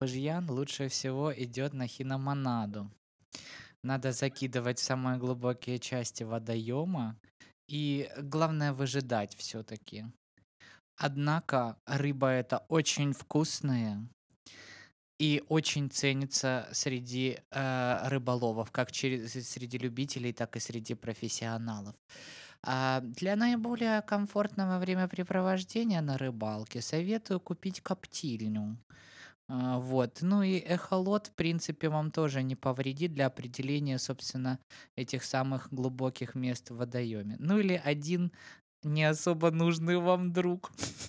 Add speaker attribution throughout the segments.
Speaker 1: Жьян лучше всего идет на хиномонаду. Надо закидывать в самые глубокие части водоема. И главное выжидать все-таки. Однако рыба это очень вкусная и очень ценится среди рыболовов, как среди любителей, так и среди профессионалов. Для наиболее комфортного времяпрепровождения на рыбалке советую купить коптильню. Вот. Ну и эхолот, в принципе, вам тоже не повредит для определения, собственно, этих самых глубоких мест в водоеме. Ну или один не особо нужный вам друг.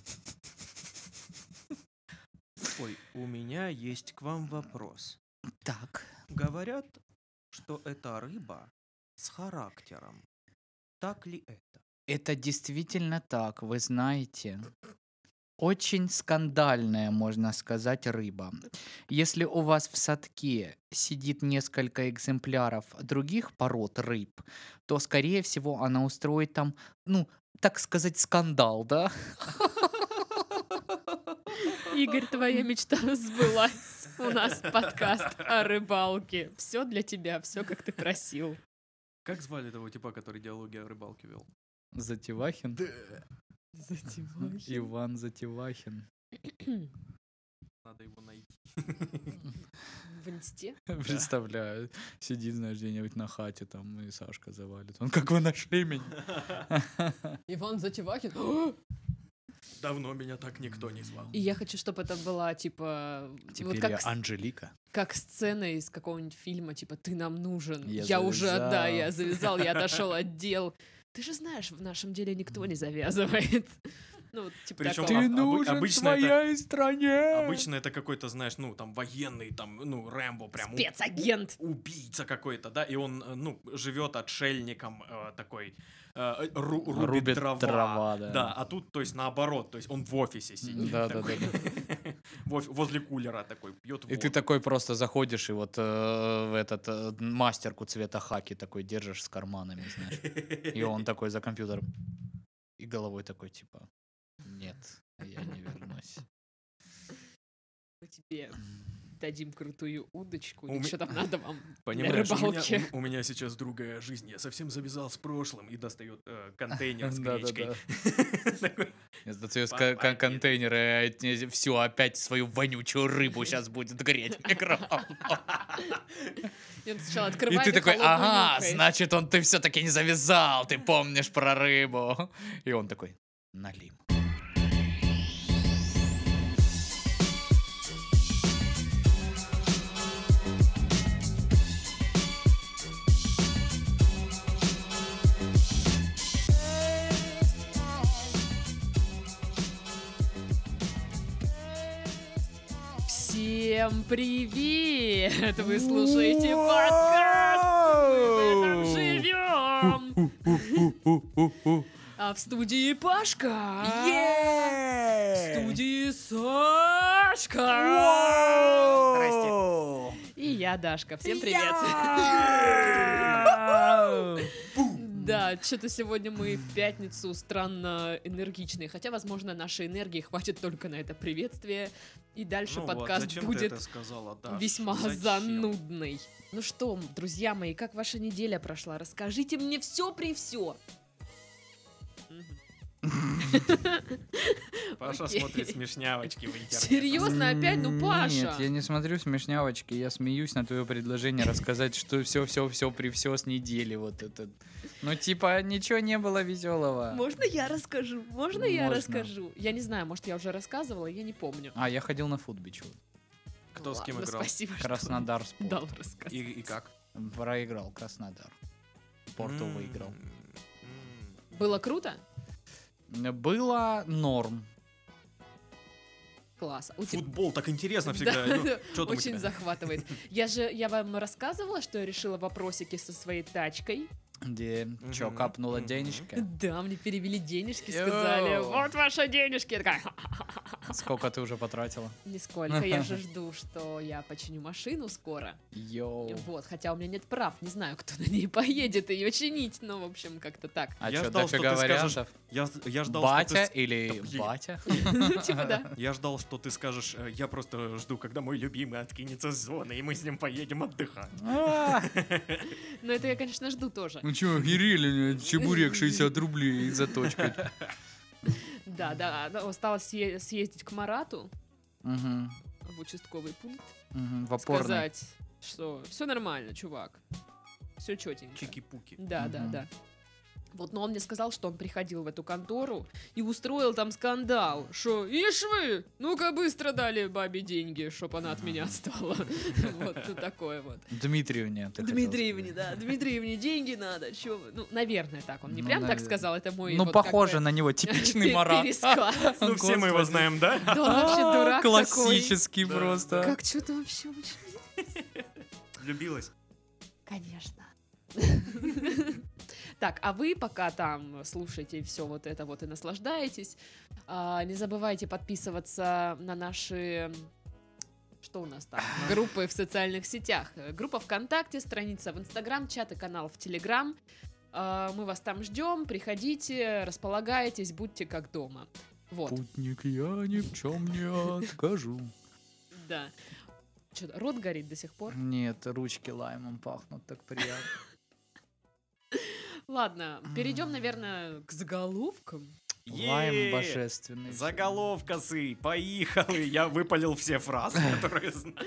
Speaker 2: Ой, у меня есть к вам вопрос.
Speaker 1: Так.
Speaker 2: Говорят, что это рыба с характером. Так ли это?
Speaker 1: Это действительно так, вы знаете. Очень скандальная, можно сказать, рыба. Если у вас в садке сидит несколько экземпляров других пород рыб, то, скорее всего, она устроит там, ну, так сказать, скандал, да?
Speaker 3: Игорь, твоя мечта сбылась. У нас подкаст о рыбалке. Все для тебя, все как ты просил.
Speaker 2: Как звали того типа, который диалоги о рыбалке вел?
Speaker 1: Затевахин?
Speaker 3: Затевахин.
Speaker 1: Иван Затевахин.
Speaker 2: Надо его найти.
Speaker 3: В инсте?
Speaker 1: Представляю, сидит, знаешь, где-нибудь на хате там, и Сашка завалит. Он, как вы нашли меня?
Speaker 3: Иван Затевахин?
Speaker 2: Давно меня так никто не звал.
Speaker 3: И я хочу, чтобы это была, типа...
Speaker 1: Теперь
Speaker 3: вот
Speaker 1: я
Speaker 3: как,
Speaker 1: Анжелика.
Speaker 3: как сцена из какого-нибудь фильма, типа «Ты нам нужен».
Speaker 1: Я
Speaker 3: Я уже,
Speaker 1: завязал.
Speaker 3: да, я завязал, я отошел от дел. Ты же знаешь, в нашем деле никто не завязывает. Ну, вот, типа
Speaker 2: Причём
Speaker 3: такого.
Speaker 1: Ты
Speaker 2: об-
Speaker 1: нужен
Speaker 2: обычно это-
Speaker 1: своей стране.
Speaker 2: Обычно это какой-то, знаешь, ну, там, военный, там, ну, Рэмбо прям.
Speaker 3: Спецагент.
Speaker 2: Убийца какой-то, да, и он, ну, живет отшельником такой,
Speaker 1: Рубит
Speaker 2: рубит
Speaker 1: дрова, да.
Speaker 2: Да, а тут, то есть, наоборот, то есть, он в офисе сидит.
Speaker 1: Да.
Speaker 2: такой, Возле кулера такой, пьет
Speaker 1: И
Speaker 2: воду.
Speaker 1: ты такой просто заходишь и вот в этот мастерку цвета хаки такой держишь с карманами, знаешь. И он такой за компьютером. И головой такой типа, нет, я не вернусь.
Speaker 3: Мы тебе дадим крутую удочку.
Speaker 2: У
Speaker 3: Или
Speaker 2: ме-
Speaker 3: что там надо вам
Speaker 2: Понимаешь,
Speaker 3: для рыбалки?
Speaker 2: у меня сейчас другая жизнь, я совсем завязал с прошлым и достает контейнер с
Speaker 1: Да-да-да.
Speaker 2: гречкой. Такой,
Speaker 1: Нет, достаёт
Speaker 2: Папа,
Speaker 1: контейнеры, всю опять свою вонючую рыбу сейчас будет греть в микроволновке.
Speaker 3: И он сначала
Speaker 1: И
Speaker 3: открывает
Speaker 1: ты такой,
Speaker 3: холодную
Speaker 1: ага,
Speaker 3: нюхает.
Speaker 1: значит, ты все-таки не завязал, ты помнишь про рыбу. И он такой, налим.
Speaker 3: Всем привет! Вы слушаете подкаст «Мы в этом живем». А в студии Пашка. В студии Сашка. И я, Дашка. Всем привет. Да, что-то сегодня мы в пятницу странно энергичные. Хотя, возможно, нашей энергии хватит только на это приветствие. И дальше
Speaker 2: ну вот,
Speaker 3: подкаст
Speaker 2: зачем ты
Speaker 3: будет
Speaker 2: это сказала, Даш?
Speaker 3: весьма
Speaker 2: Зачем?
Speaker 3: занудный. Ну что, друзья мои, как ваша неделя прошла? Расскажите мне все при все.
Speaker 2: Паша
Speaker 3: Окей.
Speaker 2: смотрит смешнявочки в интернете.
Speaker 3: Серьезно, опять? Ну, Паша.
Speaker 1: Нет, я не смотрю смешнявочки, я смеюсь на твое предложение рассказать, что все при все с недели вот это. Ну, типа, ничего не было веселого.
Speaker 3: Можно я расскажу? Можно я
Speaker 1: Можно.
Speaker 3: расскажу? Я не знаю, может, я уже рассказывала, я не помню.
Speaker 1: А, я ходил на футбич.
Speaker 2: Кто с кем
Speaker 3: Ладно,
Speaker 2: играл?
Speaker 3: Спасибо, что
Speaker 1: Краснодар Спорт.
Speaker 3: дал рассказать.
Speaker 2: И как?
Speaker 1: Проиграл Краснодар. Порту выиграл.
Speaker 3: Было круто?
Speaker 1: Было норм.
Speaker 3: Класс. У тебя-
Speaker 2: Футбол так интересно всегда.
Speaker 3: Да,
Speaker 2: Ну, чё там у
Speaker 3: очень
Speaker 2: тебя?
Speaker 3: захватывает. Я вам рассказывала, что я решила вопросики со своей тачкой.
Speaker 1: Где чё,
Speaker 2: Мгм,
Speaker 1: капнула
Speaker 2: мгм.
Speaker 1: денежки?
Speaker 3: Да, мне перевели денежки,
Speaker 1: Йоу.
Speaker 3: сказали, вот ваши денежки. Я такая,
Speaker 1: Сколько ты уже потратила?
Speaker 3: Нисколько. Я же жду, что я починю машину скоро.
Speaker 1: Йоу.
Speaker 3: Вот, хотя у меня нет прав, не знаю, кто на ней поедет ее чинить, но, в общем, как-то так.
Speaker 1: А
Speaker 2: Я
Speaker 1: что,
Speaker 2: ждал, что
Speaker 1: дофига
Speaker 2: ты скажешь,
Speaker 1: вариантов?
Speaker 2: Я ждал,
Speaker 1: Батя
Speaker 2: что ты...
Speaker 1: или
Speaker 2: Да блин.
Speaker 1: батя?
Speaker 3: Типа да.
Speaker 2: Я ждал, что ты скажешь, я просто жду, когда мой любимый откинется с зоны, и мы с ним поедем отдыхать.
Speaker 1: А,
Speaker 3: Но это я, конечно, жду тоже.
Speaker 1: Ну чё, охерели, чебурек 60 рублей заточкой.
Speaker 3: Да, осталось съездить к Марату
Speaker 1: Мгм,
Speaker 3: в участковый пункт,
Speaker 1: мгм, в опорный.
Speaker 3: сказать, что все нормально, чувак, все четенько.
Speaker 2: Чики-пуки.
Speaker 3: Да.
Speaker 1: Мгм.
Speaker 3: Вот, но он мне сказал, что он приходил в эту контору и устроил там скандал, что «Ишь вы, ну-ка быстро дали бабе деньги, чтоб она от меня отстала». Вот такое вот.
Speaker 1: Дмитриевне. ты хотела
Speaker 3: Дмитриевне,
Speaker 1: сказать.
Speaker 3: да, Дмитриевне деньги надо, чё вы? Ну, наверное, так, он не
Speaker 1: Ну,
Speaker 3: прям так
Speaker 1: навер-
Speaker 3: сказал, это мой
Speaker 1: Ну,
Speaker 3: вот как
Speaker 1: похоже
Speaker 3: бы
Speaker 1: на него, типичный Марат.
Speaker 3: пересказ.
Speaker 2: Ну, все мы его
Speaker 1: Господи.
Speaker 2: знаем, да?
Speaker 3: Да он вообще дурак такой.
Speaker 1: Классический
Speaker 2: Да,
Speaker 1: просто.
Speaker 3: Как что-то вообще очень...
Speaker 2: Влюбилась.
Speaker 3: Конечно. Так, а вы пока там слушаете все вот это вот и наслаждаетесь, не забывайте подписываться на наши... Что у нас там? Группы в социальных сетях. Группа ВКонтакте, страница в Инстаграм, чат и канал в Телеграм. Мы вас там ждем, приходите, располагайтесь, будьте как дома. Вот,
Speaker 1: Путник, я ни в чем не откажу.
Speaker 3: да. Что, рот горит до сих пор?
Speaker 1: Нет, ручки лаймом пахнут, так приятно.
Speaker 3: Ладно, перейдем, наверное, к заголовкам.
Speaker 1: Лайм
Speaker 2: Е-е-е!
Speaker 1: божественный.
Speaker 2: Заголовка, сы, поехали. Я выпалил все фразы, которые знаю.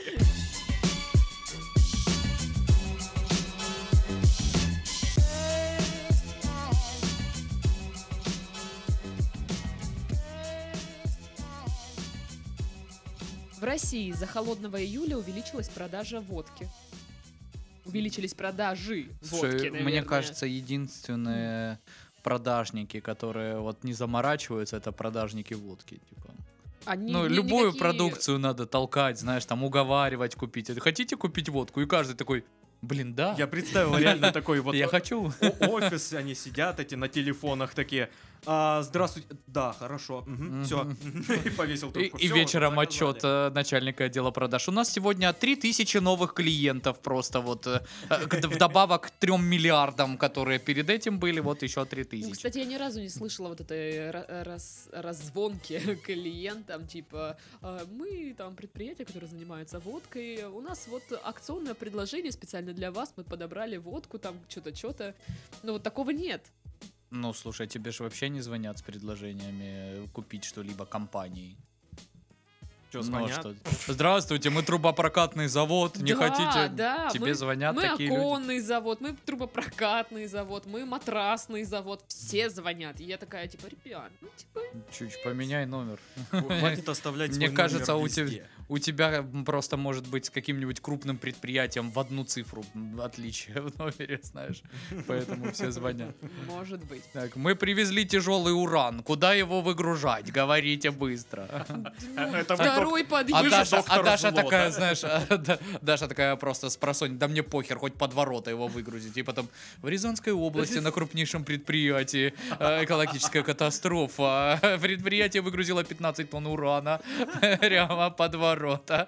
Speaker 3: В России из-за холодного июля увеличилась продажа водки. Увеличились продажи
Speaker 1: Слушай,
Speaker 3: водки,
Speaker 1: мне
Speaker 3: наверное.
Speaker 1: кажется, единственные продажники, которые вот не заморачиваются, это продажники водки, типа.
Speaker 3: Они
Speaker 1: Ну,
Speaker 3: ни-
Speaker 1: любую
Speaker 3: никакие-
Speaker 1: продукцию надо толкать, знаешь, там уговаривать купить. Хотите купить водку? И каждый такой, блин, да,
Speaker 2: Я представил реально такой вот
Speaker 1: я хочу.
Speaker 2: офис, они сидят эти на телефонах такие. Здравствуйте. Да, хорошо. Все. И повесил
Speaker 1: И,
Speaker 2: трубку.
Speaker 1: и
Speaker 2: Всё,
Speaker 1: вечером
Speaker 2: заказали.
Speaker 1: отчет начальника отдела продаж. У нас сегодня 3000 новых клиентов просто вот вдобавок к 3 миллиардам, которые перед этим были, вот еще
Speaker 3: Ну,
Speaker 1: 3000.
Speaker 3: кстати, я ни разу не слышала вот этой раззвонки клиентам, типа, мы там предприятие, которое занимается водкой, у нас вот акционное предложение специально для вас, мы подобрали водку, там что-то. Но вот такого нет.
Speaker 1: Ну, слушай, тебе же вообще не звонят с предложениями купить что-либо компании.
Speaker 2: Чё,
Speaker 1: Ну,
Speaker 2: звонят?
Speaker 1: что? Здравствуйте, мы трубопрокатный завод, не
Speaker 3: Да,
Speaker 1: хотите?
Speaker 3: да,
Speaker 1: Тебе звонят
Speaker 3: мы
Speaker 1: такие люди?
Speaker 3: оконный завод, мы трубопрокатный завод, мы матрасный завод, все звонят. И я такая, типа, ребят, ну, типа,
Speaker 1: Чуть поменяй номер.
Speaker 2: Хватит оставлять свой
Speaker 1: Мне кажется,
Speaker 2: номер
Speaker 1: у
Speaker 2: везде.
Speaker 1: тебя просто может быть с каким-нибудь крупным предприятием в одну цифру отличие в номере, знаешь. Поэтому все звонят.
Speaker 3: может быть.
Speaker 1: Так, мы привезли тяжелый уран. Куда его выгружать? Говорите быстро.
Speaker 2: Это
Speaker 3: Второй
Speaker 1: А
Speaker 3: подъезд.
Speaker 2: доктор
Speaker 1: Даша
Speaker 2: зло,
Speaker 1: такая,
Speaker 2: да?
Speaker 1: знаешь, Даша такая просто с просонья, да мне похер, хоть под ворота его выгрузить. И потом в Рязанской области на крупнейшем предприятии экологическая катастрофа. Предприятие выгрузило 15 тонн урана прямо под ворота.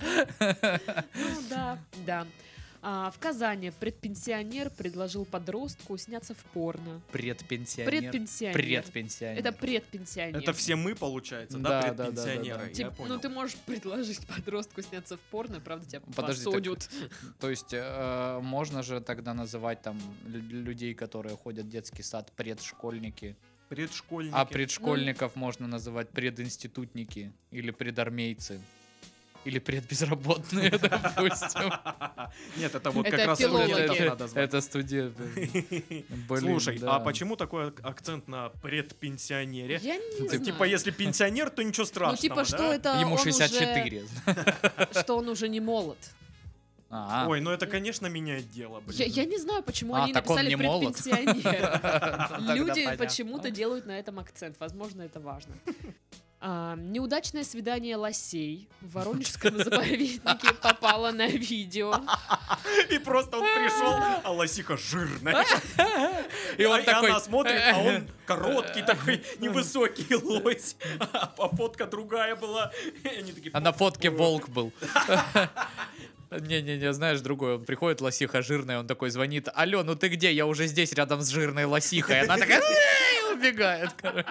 Speaker 3: Ну да, да. В Казани предпенсионер предложил подростку сняться в порно.
Speaker 1: Предпенсионер.
Speaker 3: Предпенсионер.
Speaker 1: Предпенсионер.
Speaker 3: Это предпенсионер.
Speaker 2: Это все мы, получается,
Speaker 1: Да,
Speaker 2: да,
Speaker 1: да, да,
Speaker 2: предпенсионеры?
Speaker 1: да, да.
Speaker 2: Я
Speaker 3: Тип,
Speaker 2: понял.
Speaker 3: ну ты можешь предложить подростку сняться в порно, правда тебя
Speaker 1: Подожди,
Speaker 3: посадят.
Speaker 1: То есть можно же тогда называть там людей, которые ходят в детский сад, предшкольники.
Speaker 2: Предшкольники.
Speaker 1: А предшкольников можно называть прединститутники или предармейцы. Или предбезработные, допустим.
Speaker 2: Нет, это вот
Speaker 3: Это
Speaker 2: как раз
Speaker 3: филологи.
Speaker 2: студентов надо звать.
Speaker 1: Это студенты. Блин,
Speaker 2: Слушай,
Speaker 1: да.
Speaker 2: а почему такой акцент на предпенсионере?
Speaker 3: Я не знаю.
Speaker 2: Типа, если пенсионер, то ничего
Speaker 3: Ну
Speaker 2: страшного,
Speaker 3: типа, что
Speaker 2: да?
Speaker 3: это
Speaker 1: Ему
Speaker 3: он
Speaker 1: 64.
Speaker 3: уже, что он уже не молод.
Speaker 1: А,
Speaker 2: Ой, ну это, конечно, меняет дело, блин.
Speaker 3: Я не знаю, почему
Speaker 1: А,
Speaker 3: они
Speaker 1: так он
Speaker 3: написали
Speaker 1: не молод?
Speaker 3: предпенсионер.
Speaker 1: Тогда
Speaker 3: Люди
Speaker 1: понятно.
Speaker 3: почему-то делают на этом акцент. Возможно, это важно. Неудачное свидание лосей в Воронежском заповеднике попало на видео.
Speaker 2: И просто он пришел, а лосиха жирная.
Speaker 1: И он такой...
Speaker 2: она смотрит, а он короткий такой, невысокий лось. А фотка другая была. И они такие...
Speaker 1: А на фотке волк был. Не-не-не, знаешь, другой. Он приходит, лосиха жирная, он такой звонит: алло, ну ты где? Я уже здесь, рядом с жирной лосихой. Она такая... и убегает, короче.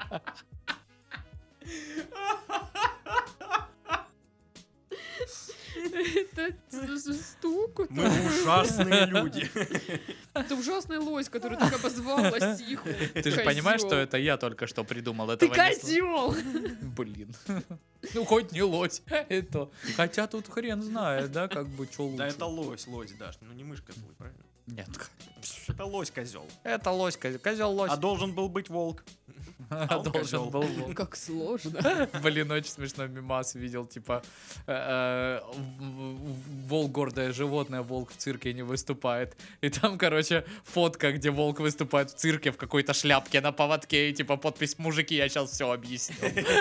Speaker 3: Это стук.
Speaker 2: Мы ужасные люди.
Speaker 3: Это ужасный лось, который так обозвал лосиху.
Speaker 1: Ты же понимаешь, что это я только что придумал?
Speaker 3: Ты
Speaker 1: Этого не слышал.
Speaker 3: козел!
Speaker 1: Блин. Ну, хоть не лось. Это. Хотя тут хрен знает, да, как бы, что лучше.
Speaker 2: Да это лось, Даш. Ну не мышка твой, правильно?
Speaker 1: Нет.
Speaker 2: Это лось-козел.
Speaker 1: Это лось, козел лось.
Speaker 2: А должен был быть волк. А он
Speaker 1: Должен
Speaker 2: козел.
Speaker 1: был волк.
Speaker 3: Как сложно.
Speaker 1: Блин, очень смешной мимас видел, типа, волк гордое животное, волк в цирке не выступает. И там, короче, фотка, где волк выступает в цирке в какой-то шляпке на поводке, и типа подпись: мужики, я сейчас все объясню.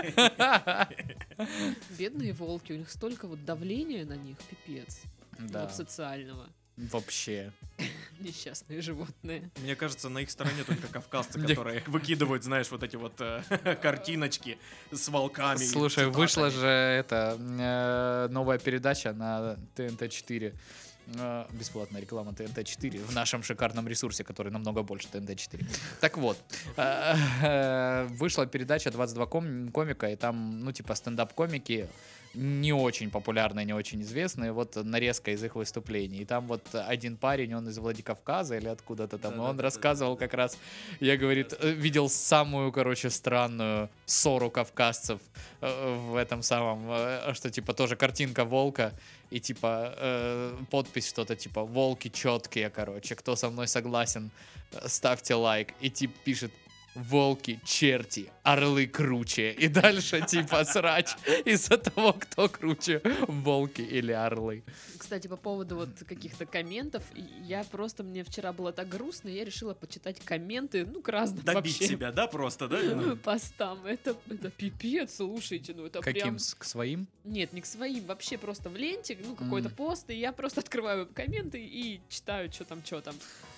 Speaker 3: Бедные волки, у них столько вот давления на них, пипец.
Speaker 1: Да,
Speaker 3: Вот социального.
Speaker 1: вообще.
Speaker 3: Несчастные животные.
Speaker 2: Мне кажется, на их стороне только кавказцы,
Speaker 1: Мне-
Speaker 2: которые выкидывают, знаешь, вот эти вот картиночки с волками. и
Speaker 1: Слушай,
Speaker 2: цитатами.
Speaker 1: вышла же новая передача на ТНТ-4. Бесплатная реклама ТНТ-4 в нашем шикарном ресурсе, который намного больше ТНТ-4. Так вот, вышла передача 22 комика, и там, ну, типа, стендап-комики не очень популярные, не очень известные, вот нарезка из их выступлений. И там вот один парень, он из Владикавказа или откуда-то там, и он рассказывал как раз, я, говорит, видел самую, короче, странную ссору кавказцев в этом самом, что, типа, тоже картинка волка, и, типа, подпись что-то, типа, волки четкие, короче, кто со мной согласен, ставьте лайк. И тип пишет: волки, черти, орлы круче. И дальше типа срач из-за того, кто круче, волки или орлы.
Speaker 3: Кстати, по поводу вот каких-то комментов, мне вчера было так грустно, я решила почитать комменты, ну, к разным
Speaker 2: Добить
Speaker 3: вообще
Speaker 2: себя, да, просто, да?
Speaker 3: постам. Это пипец, слушайте, ну это
Speaker 1: Каким?
Speaker 3: прям...
Speaker 1: К своим?
Speaker 3: Нет, не к своим, вообще просто в ленте, ну, какой-то пост, и я просто открываю комменты и читаю, что там.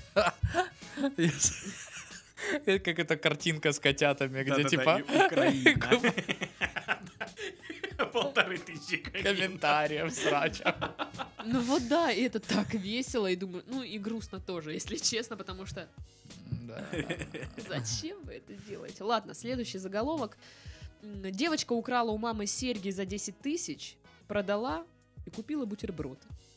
Speaker 1: Как эта картинка с котятами, где
Speaker 2: Да-да-да,
Speaker 1: типа
Speaker 2: и Украина. 1500
Speaker 1: комментариев срача.
Speaker 3: Ну вот да, и это так весело, и думаю, ну и грустно тоже, если честно, потому что
Speaker 1: Да.
Speaker 3: зачем вы это делаете? Ладно, следующий заголовок. Девочка украла у мамы серьги за 10 тысяч, продала и купила бутерброд.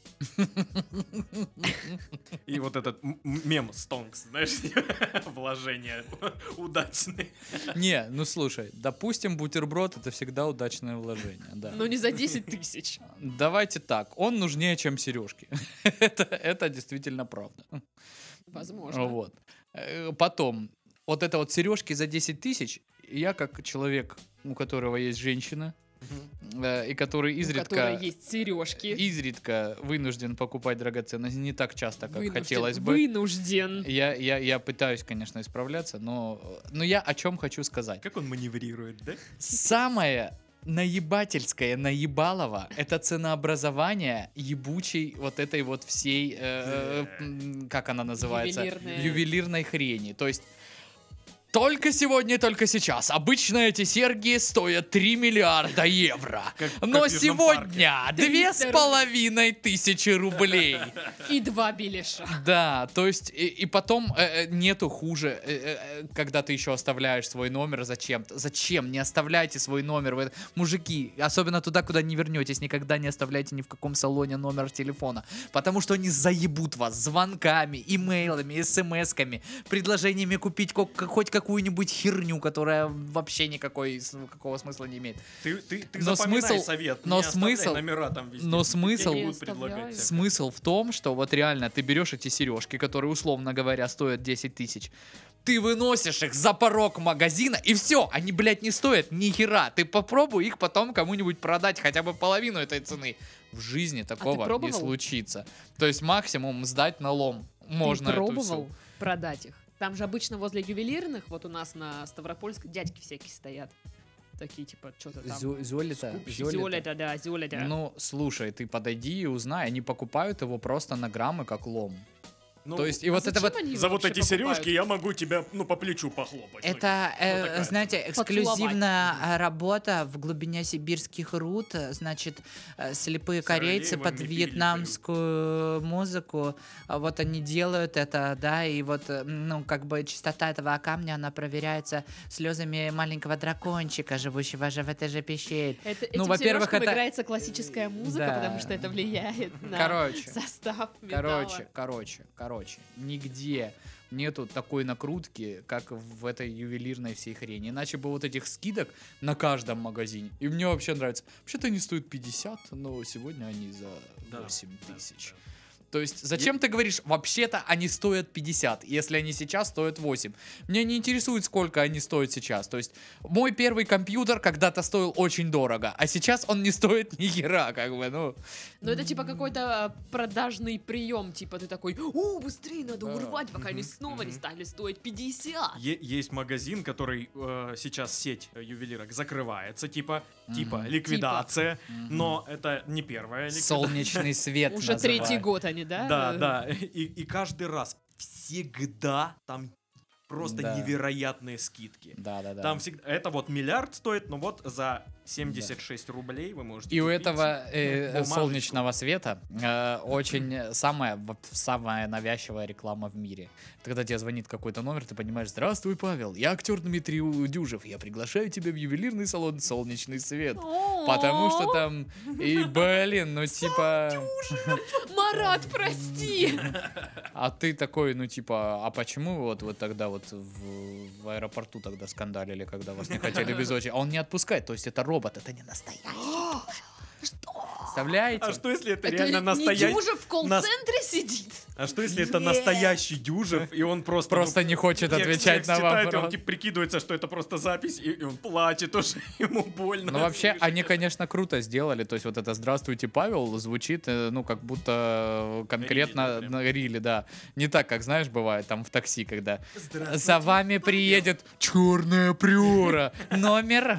Speaker 2: И вот этот мем Стонкс, знаешь, вложение удачные.
Speaker 1: Не, ну слушай, допустим, бутерброд — это всегда удачное вложение, да.
Speaker 3: Но не за 10 тысяч.
Speaker 1: Давайте так, он нужнее, чем сережки. Это действительно правда.
Speaker 3: Возможно.
Speaker 1: Вот. Потом, вот это вот сережки за 10 тысяч, я как человек, у которого есть женщина, и который
Speaker 3: У которой
Speaker 1: изредка
Speaker 3: есть сережки.
Speaker 1: вынужден покупать драгоценности, не так часто, как
Speaker 3: Вынужден.
Speaker 1: хотелось бы.
Speaker 3: Вынужден.
Speaker 1: Я пытаюсь, конечно, исправляться, но я о чем хочу сказать.
Speaker 2: Как он маневрирует, да?
Speaker 1: Самое наебательское, наебалово — это ценообразование ебучей вот этой вот всей, как она называется?
Speaker 3: Ювелирная.
Speaker 1: Ювелирной хрени. То есть только сегодня, только сейчас. Обычно эти серьги стоят 3 миллиарда евро. Но
Speaker 2: как в Южном
Speaker 1: сегодня 2500 рублей.
Speaker 3: И 2 беляша.
Speaker 1: Да, то есть и потом нету хуже, когда ты еще оставляешь свой номер зачем-то. Зачем? Не оставляйте свой номер. Мужики, особенно туда, куда не вернетесь, никогда не оставляйте ни в каком салоне номер телефона. Потому что они заебут вас звонками, имейлами, смс-ками, предложениями купить хоть какую-нибудь херню, которая вообще никакого смысла не имеет.
Speaker 2: Ты
Speaker 1: Но
Speaker 2: запоминай
Speaker 1: смысл-
Speaker 2: совет,
Speaker 1: но
Speaker 2: не оставляй
Speaker 1: смысл-
Speaker 2: номера там везде.
Speaker 1: но смысл-
Speaker 2: Тебе
Speaker 3: Не
Speaker 2: будут предлагать.
Speaker 3: оставляю.
Speaker 1: Смысл в том, что вот реально ты берешь эти сережки, которые, условно говоря, стоят 10 тысяч, ты выносишь их за порог магазина, и все, они, блядь, не стоят ни хера. Ты попробуй их потом кому-нибудь продать хотя бы половину этой цены. В жизни такого не
Speaker 3: пробовал?
Speaker 1: случится. То есть максимум сдать на лом. Можно
Speaker 3: Ты
Speaker 1: эту
Speaker 3: пробовал
Speaker 1: всю.
Speaker 3: продать их? Там же обычно возле ювелирных, вот у нас на Ставропольске, дядьки всякие стоят. такие, типа, что-то там.
Speaker 1: Зёлита.
Speaker 3: Зёлита, да, зёлита.
Speaker 1: Ну, слушай, ты подойди и узнай, они покупают его просто на граммы, как лом.
Speaker 2: Ну,
Speaker 1: То есть, и
Speaker 3: А
Speaker 1: вот это
Speaker 3: зачем
Speaker 1: вот...
Speaker 3: они его
Speaker 2: за вот
Speaker 3: вообще
Speaker 2: эти
Speaker 3: покупают?
Speaker 2: сережки я могу тебя, по плечу похлопать.
Speaker 1: Это,
Speaker 2: такая
Speaker 1: знаете,
Speaker 3: Поцеловать.
Speaker 1: эксклюзивная работа в глубине сибирских руд. Значит, слепые корейцы под
Speaker 2: оливами
Speaker 1: вьетнамскую музыку. Вот они делают это, да, и вот, ну, как бы чистота этого камня, она проверяется слезами маленького дракончика, живущего же в этой же пещере.
Speaker 3: Этим
Speaker 1: во-первых,
Speaker 3: сережкам
Speaker 1: это...
Speaker 3: играется классическая музыка,
Speaker 1: Да.
Speaker 3: потому что это влияет на
Speaker 1: Короче.
Speaker 3: состав металла.
Speaker 1: Короче, нигде нету такой накрутки, как в этой ювелирной всей хрени. Иначе бы вот этих скидок на каждом магазине. И мне вообще нравится. Вообще-то они стоят 50, но сегодня они за 8 тысяч. То есть, зачем ты говоришь, вообще-то они стоят 50, если они сейчас стоят 8? Меня не интересует, сколько они стоят сейчас. То есть, мой первый компьютер когда-то стоил очень дорого, а сейчас он не стоит ни хера, как бы, ну.
Speaker 3: Но это типа какой-то продажный прием, типа ты такой, быстрее надо урвать, пока они снова не стали стоить 50.
Speaker 2: Есть магазин, который сейчас сеть ювелирок закрывается, типа
Speaker 1: Мгм.
Speaker 2: ликвидация, но это не первая ликвидация.
Speaker 1: Солнечный свет
Speaker 3: Уже
Speaker 1: называют.
Speaker 3: третий год они, да?
Speaker 2: Да. И каждый раз всегда там просто
Speaker 1: Да.
Speaker 2: невероятные скидки.
Speaker 1: Да.
Speaker 2: Там всегда... Это вот миллиард стоит, но вот за 76 рублей вы можете
Speaker 1: И у
Speaker 2: купить
Speaker 1: этого
Speaker 2: бумажечку.
Speaker 1: солнечного света очень самая навязчивая реклама в мире. Это когда тебе звонит какой-то номер, ты понимаешь: здравствуй, Павел, я актер Дмитрий Дюжев, я приглашаю тебя в ювелирный салон «Солнечный свет». Потому что там, и блин, ну типа...
Speaker 3: Марат, прости!
Speaker 1: А ты такой, ну типа, а почему вот тогда вот в аэропорту тогда скандалили, когда вас не хотели без очереди? А он не отпускает, то есть это робот, это не настоящий. Представляете?
Speaker 2: А что если это
Speaker 3: Это
Speaker 2: реально
Speaker 3: не
Speaker 2: настоящий...
Speaker 3: Дюжев в колл-центре сидит?
Speaker 2: А что если это настоящий Дюжев, и он просто...
Speaker 1: Просто не хочет
Speaker 2: текст
Speaker 1: отвечать на
Speaker 2: читает, и он
Speaker 1: вопрос.
Speaker 2: типа прикидывается, что это просто запись, и он плачет уже, ему больно.
Speaker 1: Ну, вообще,
Speaker 2: слышать
Speaker 1: они,
Speaker 2: это.
Speaker 1: конечно, круто сделали. То есть, вот это «Здравствуйте, Павел» звучит, ну, как будто конкретно
Speaker 2: Рили, да, прям.
Speaker 1: на риле, да. Не так, как, знаешь, бывает там в такси, когда
Speaker 2: Здравствуйте,
Speaker 1: за вами приедет черная приора, номер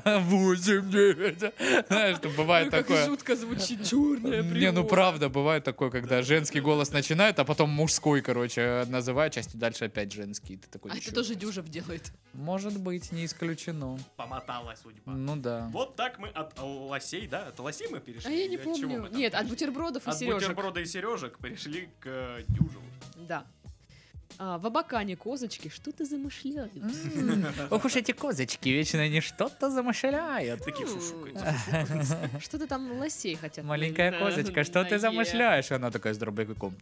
Speaker 1: 89. Знаешь, там бывает
Speaker 3: Ой, как
Speaker 1: такое.
Speaker 3: жутко звучит черная
Speaker 1: Не, ну правда, бывает такое, когда женский голос начинает, а потом мужской, короче, называет часть, и дальше опять женский. Ты такой,
Speaker 3: А это
Speaker 1: «Чё?»
Speaker 3: тоже Дюжев делает.
Speaker 1: Может быть, не исключено.
Speaker 2: Помотала судьба.
Speaker 1: Ну да.
Speaker 2: Вот так мы от лосей, да? От лосей мы перешли?
Speaker 3: А я не
Speaker 2: Или от чего
Speaker 3: помню.
Speaker 2: мы там
Speaker 3: Нет, от
Speaker 2: перешли?
Speaker 3: бутербродов и
Speaker 2: От
Speaker 3: сережек.
Speaker 2: бутерброда и сережек перешли к Дюжеву.
Speaker 3: Да. В Абакане козочки что-то замышляют.
Speaker 1: Ох уж эти козочки, вечно они что-то замышляют.
Speaker 2: Такие шушукаются.
Speaker 3: Что-то там лосей хотят.
Speaker 1: Маленькая
Speaker 3: на-
Speaker 1: козочка, что ты
Speaker 3: на Е.
Speaker 1: замышляешь? Она такая с дробовиком.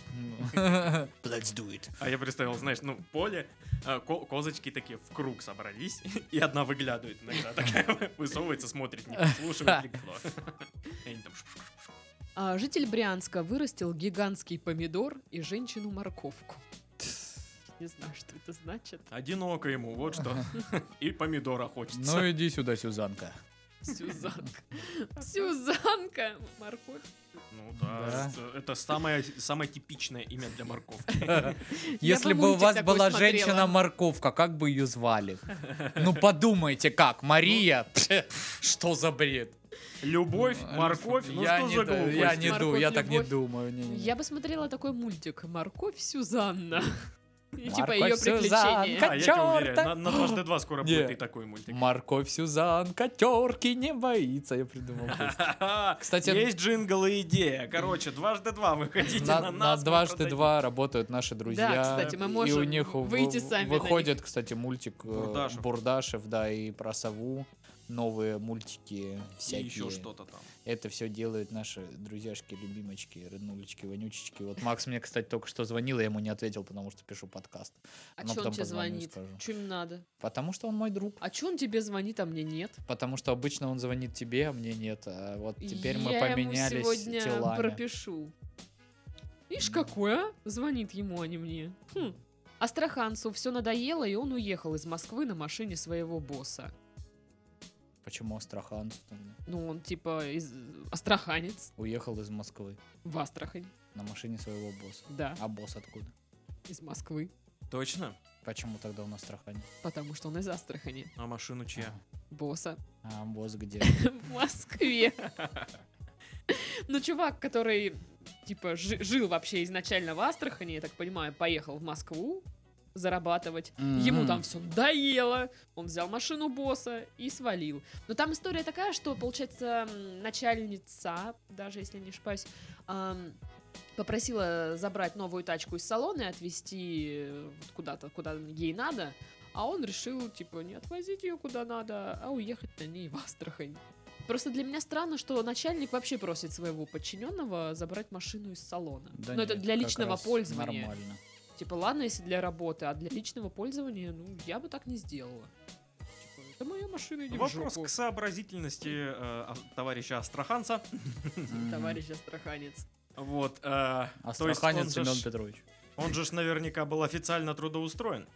Speaker 1: Let's do it.
Speaker 2: А я представил, знаешь, ну, в поле козочки такие в круг собрались, и одна выглядывает иногда, такая высовывается, смотрит, не послушивает ли кто. И они там шу-шу-шу-шу.
Speaker 3: Житель Брянска вырастил гигантский помидор и женщину-морковку. Не знаю, что это значит.
Speaker 2: Одиноко ему, вот что. И помидора хочется.
Speaker 1: Ну иди сюда, Сюзанка.
Speaker 3: Сюзанка. Сюзанка. Морковь.
Speaker 2: Ну да, это самое типичное имя для морковки.
Speaker 1: Если
Speaker 3: бы
Speaker 1: бы у
Speaker 3: мультик
Speaker 1: вас
Speaker 3: такой
Speaker 1: была
Speaker 3: смотрела.
Speaker 1: женщина-морковка, как бы ее звали? Ну подумайте, как? Мария? Что за бред?
Speaker 2: Любовь, морковь, ну
Speaker 1: Я
Speaker 2: что
Speaker 1: не
Speaker 2: за
Speaker 1: ду-
Speaker 2: глупость?
Speaker 1: я не
Speaker 3: Морковь,
Speaker 1: я так не
Speaker 3: любовь.
Speaker 1: думаю. не-не-не.
Speaker 3: Я бы смотрела такой мультик «Морковь Сюзанна». И типа
Speaker 1: Морковь
Speaker 3: ее
Speaker 1: Сюзанка.
Speaker 3: приключения.
Speaker 2: А, я тебя уверяю,
Speaker 1: Чёрта!
Speaker 2: на дважды два скоро
Speaker 1: Не.
Speaker 2: будет и такой мультик.
Speaker 1: Морковь Сюзанка, терки не боится, я придумал. Кстати,
Speaker 2: Кстати, есть джингл и идея. Короче, дважды два вы хотите на
Speaker 1: На
Speaker 2: нас. мы
Speaker 1: дважды
Speaker 2: продадим.
Speaker 1: два работают наши друзья.
Speaker 3: Да, кстати, мы
Speaker 1: И у
Speaker 3: можем
Speaker 1: них
Speaker 3: выйти сами на
Speaker 1: выходит, кстати, мультик
Speaker 2: Бурдашев.
Speaker 1: Бурдашев, да, и про сову. Новые мультики
Speaker 2: И
Speaker 1: всякие.
Speaker 2: еще что-то там.
Speaker 1: Это все делают наши друзьяшки, любимочки, рынулечки, вонючечки. Вот Макс мне, кстати, только что звонил, я ему не ответил, потому что пишу подкаст.
Speaker 3: А
Speaker 1: Но
Speaker 3: че он
Speaker 1: потом
Speaker 3: тебе
Speaker 1: позвоню,
Speaker 3: звонит?
Speaker 1: скажу.
Speaker 3: Че им надо?
Speaker 1: Потому что он мой друг.
Speaker 3: А че он тебе звонит, а мне нет?
Speaker 1: Потому что обычно он звонит тебе, а мне нет. А вот теперь мы
Speaker 3: Я
Speaker 1: поменялись
Speaker 3: ему сегодня
Speaker 1: телами.
Speaker 3: пропишу. Видишь, какой, а? Звонит ему, а не мне. Астраханцу все надоело, и он уехал из Москвы на машине своего босса.
Speaker 1: Почему астраханец тогда?
Speaker 3: Ну, он типа астраханец
Speaker 1: Уехал из Москвы
Speaker 3: в Астрахань.
Speaker 1: на машине своего босса.
Speaker 3: Да,
Speaker 1: А босс откуда?
Speaker 3: из Москвы.
Speaker 2: Точно?
Speaker 1: Почему тогда он Астрахани?
Speaker 3: Потому что он из Астрахани.
Speaker 2: А машину чья?
Speaker 3: босса
Speaker 1: А босс где?
Speaker 3: в Москве. Ну, чувак, который, типа, жил вообще изначально в Астрахани, я так понимаю, поехал в Москву зарабатывать. Ему там все надоело. Он взял машину босса и свалил. Но там история такая, что, получается, начальница, даже если не ошибаюсь, попросила забрать новую тачку из салона и отвезти куда-то, куда ей надо. А он решил, типа, не отвозить ее куда надо, а уехать на ней в Астрахань. Просто для меня странно, что начальник вообще просит своего подчиненного забрать машину из салона.
Speaker 1: Да
Speaker 3: Но это
Speaker 1: нет,
Speaker 3: для
Speaker 1: как
Speaker 3: личного
Speaker 1: раз
Speaker 3: пользования.
Speaker 1: Нормально.
Speaker 3: Типа, ладно, если для работы, а для личного пользования, ну, я бы так не сделала. Типа, это моя машина, иди в
Speaker 2: Вопрос
Speaker 3: жопу.
Speaker 2: к сообразительности товарища Астраханца.
Speaker 3: Товарищ астраханец.
Speaker 2: Вот. То есть
Speaker 1: Астраханец Семен Петрович.
Speaker 2: он же ж наверняка был официально трудоустроен.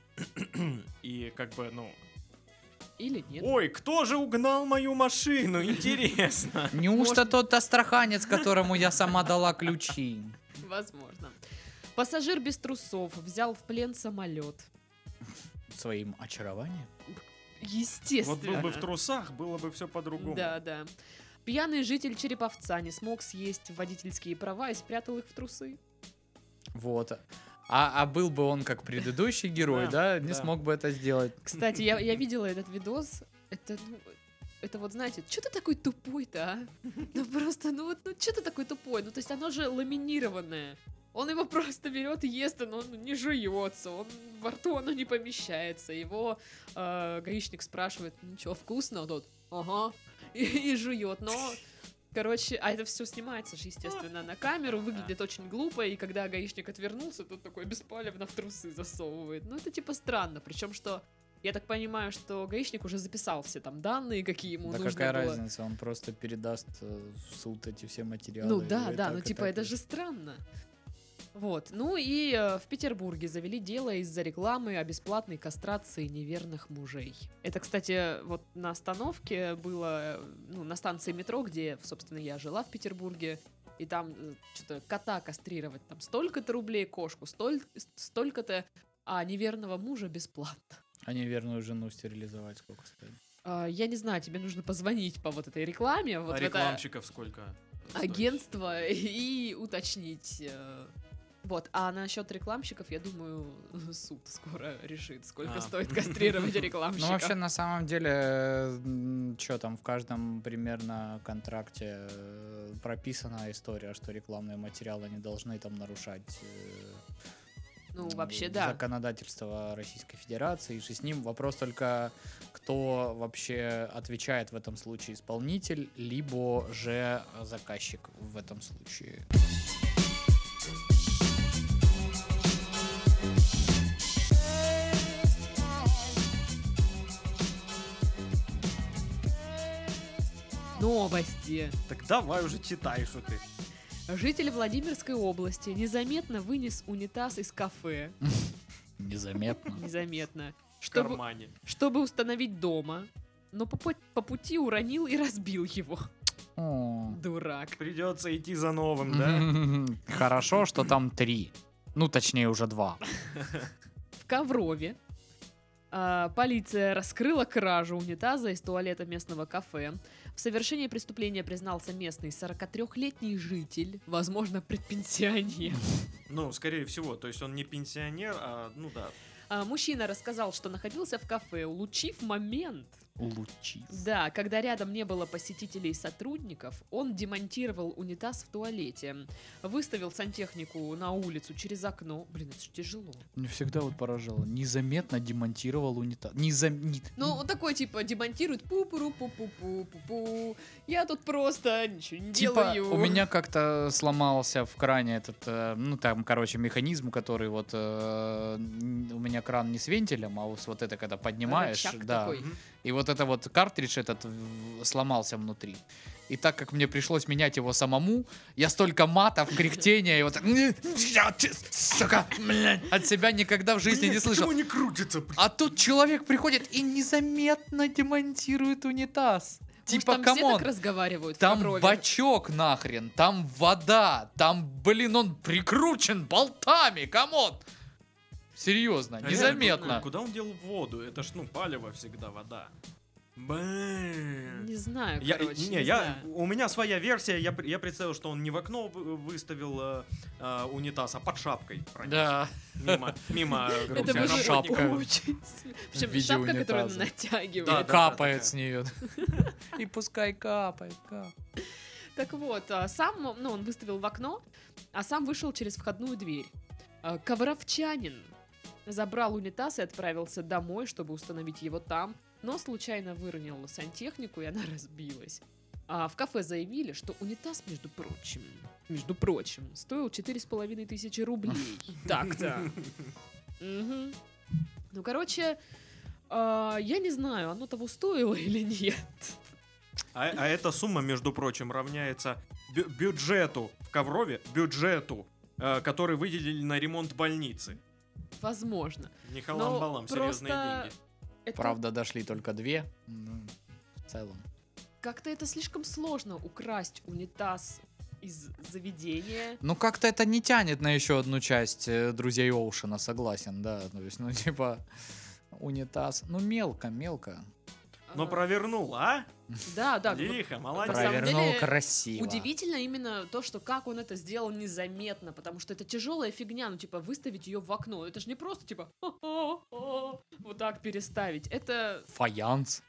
Speaker 2: И как бы, ну...
Speaker 3: Или нет.
Speaker 2: Ой, кто же угнал мою машину? Интересно.
Speaker 1: Неужто тот астраханец, которому я сама дала ключи?
Speaker 3: Возможно. Пассажир без трусов взял в плен самолет.
Speaker 1: Своим очарованием?
Speaker 3: Естественно.
Speaker 2: Вот был бы в трусах, было бы все по-другому.
Speaker 3: Да. Пьяный житель Череповца не смог съесть водительские права и спрятал их в трусы.
Speaker 1: Вот. А был бы он как предыдущий герой, да, не смог бы это сделать.
Speaker 3: Кстати, я видела этот видос. Это вот, знаете, что ты такой тупой-то, а? Ну просто, ну что ты такой тупой? Ну то есть оно же ламинированное. Он его просто берет и ест, но он не жуется, во рту оно не помещается. Его гаишник спрашивает, ну что, вкусно? Тот, ага, и жует. Но, короче, а это все снимается же, естественно, на камеру, выглядит очень глупо, и когда гаишник отвернулся, тот такой беспалевно в трусы засовывает. Ну это типа странно, причем что... Я так понимаю, что гаишник уже записал все там данные, какие ему
Speaker 1: Да
Speaker 3: нужно
Speaker 1: какая
Speaker 3: было.
Speaker 1: разница, он просто передаст в суд эти все материалы.
Speaker 3: Ну
Speaker 1: и
Speaker 3: да,
Speaker 1: говорит,
Speaker 3: да,
Speaker 1: так
Speaker 3: ну
Speaker 1: и
Speaker 3: типа
Speaker 1: так
Speaker 3: это
Speaker 1: и-
Speaker 3: же странно. Вот, ну и в Петербурге завели дело из-за рекламы о бесплатной кастрации неверных мужей. Это, кстати, вот на остановке было, ну, на станции метро, где, собственно, я жила в Петербурге, и там что-то кота кастрировать там столько-то рублей, кошку столько-то, а неверного мужа бесплатно.
Speaker 1: А неверную жену стерилизовать сколько стоит?
Speaker 3: Я не знаю, тебе нужно позвонить по вот этой рекламе, вот
Speaker 2: А
Speaker 3: в это
Speaker 2: рекламщиков сколько? стоит?
Speaker 3: агентство и уточнить. Вот, а насчет рекламщиков, я думаю, суд скоро решит, сколько стоит кастрировать рекламщика.
Speaker 1: Ну, вообще, на самом деле, что там, в каждом примерно контракте прописана история, что рекламные материалы не должны там нарушать
Speaker 3: Ну, вообще, да.
Speaker 1: законодательство Российской Федерации. И же с ним вопрос только, кто вообще отвечает в этом случае, исполнитель, либо же заказчик в этом случае.
Speaker 3: Новости.
Speaker 2: Так давай уже читай, что ты.
Speaker 3: Житель Владимирской области незаметно вынес унитаз из кафе.
Speaker 1: Незаметно.
Speaker 3: Незаметно.
Speaker 2: В кармане.
Speaker 3: Чтобы установить дома. Но по пути уронил и разбил его.
Speaker 1: О.
Speaker 3: Дурак.
Speaker 2: Придется идти за новым, да?
Speaker 1: Хорошо, что там 3. Ну, точнее, уже 2.
Speaker 3: В Коврове полиция раскрыла кражу унитаза из туалета местного кафе. В совершении преступления признался местный 43-летний житель, возможно, предпенсионер.
Speaker 2: Ну, скорее всего, то есть он не пенсионер, а, ну да.
Speaker 3: Мужчина рассказал, что находился в кафе, улучив момент.
Speaker 1: Улучив.
Speaker 3: Да, когда рядом не было посетителей и сотрудников, он демонтировал унитаз в туалете. Выставил сантехнику на улицу через окно. Блин, это же тяжело.
Speaker 1: Мне всегда вот поражало. Незаметно демонтировал унитаз.
Speaker 3: Ну, он такой, типа, демонтирует пу-пу-пу-пу-пу-пу-пу. Я тут просто ничего не
Speaker 1: Типа,
Speaker 3: делаю.
Speaker 1: у меня как-то сломался в кране этот, ну там, короче, механизм, который вот, у меня кран не с вентилем, а вот это когда поднимаешь,
Speaker 3: Рычаг
Speaker 1: да.
Speaker 3: такой.
Speaker 2: Мгм.
Speaker 1: И вот это вот картридж этот сломался внутри. И так как мне пришлось менять его самому, я столько матов, кряхтения и вот так, сука, блядь, от себя никогда в жизни не слышал.
Speaker 2: Почему не крутится?
Speaker 1: А тут человек приходит и незаметно демонтирует унитаз.
Speaker 3: Может,
Speaker 1: Типа,
Speaker 3: там все
Speaker 1: камон,
Speaker 3: так разговаривают в
Speaker 1: там
Speaker 3: Коврове?
Speaker 1: бачок нахрен, там вода, там, блин, он прикручен болтами, камон. Серьезно,
Speaker 2: А
Speaker 1: незаметно.
Speaker 2: Куда он дел воду? Это ж, ну, палево всегда, вода. Блин.
Speaker 3: Не знаю,
Speaker 2: Я,
Speaker 3: короче,
Speaker 2: не,
Speaker 3: не
Speaker 2: я,
Speaker 3: знаю.
Speaker 2: у меня своя версия, я представил, что он не в окно выставил унитаз, а под шапкой пронес.
Speaker 1: Да.
Speaker 2: Мимо
Speaker 3: Это
Speaker 2: группы
Speaker 1: Грубая
Speaker 3: выглядит
Speaker 1: шапка.
Speaker 2: работников.
Speaker 3: очень
Speaker 1: В
Speaker 3: Причем
Speaker 1: виде
Speaker 3: шапка, которую он
Speaker 1: унитаза.
Speaker 3: натягивает.
Speaker 2: Да,
Speaker 1: И
Speaker 2: да.
Speaker 1: капает с нее. И пускай капает.
Speaker 3: Так вот, сам, ну, он выставил в окно, а сам вышел через входную дверь. Ковровчанин забрал унитаз и отправился домой, чтобы установить его там, но случайно выронил сантехнику, и она разбилась. А в кафе заявили, что унитаз, между прочим, стоил 4500 рублей. Так-то. Мгм. Ну, короче, я не знаю, оно того стоило или нет.
Speaker 2: А эта сумма, между прочим, равняется бюджету в Коврове, бюджету, который выделили на ремонт больницы.
Speaker 3: Возможно.
Speaker 2: Не
Speaker 3: Но
Speaker 2: халам-балам, серьезные
Speaker 3: просто
Speaker 2: деньги.
Speaker 3: это
Speaker 1: Правда, дошли только 2. Ну, в целом.
Speaker 3: как-то это слишком сложно украсть унитаз из заведения.
Speaker 1: Ну, как-то это не тянет на еще одну часть друзей Оушена, согласен, да. То есть, ну, типа, унитаз. Ну, мелко.
Speaker 2: Но провернул, а?
Speaker 3: Да, да.
Speaker 2: Лихо,
Speaker 3: на
Speaker 2: молодец.
Speaker 3: самом
Speaker 1: Провернул
Speaker 3: деле,
Speaker 1: красиво.
Speaker 3: удивительно именно то, что как он это сделал незаметно, потому что это тяжелая фигня, ну, типа, выставить ее в окно. Это же не просто, типа, вот так переставить. Это
Speaker 1: Фаянс.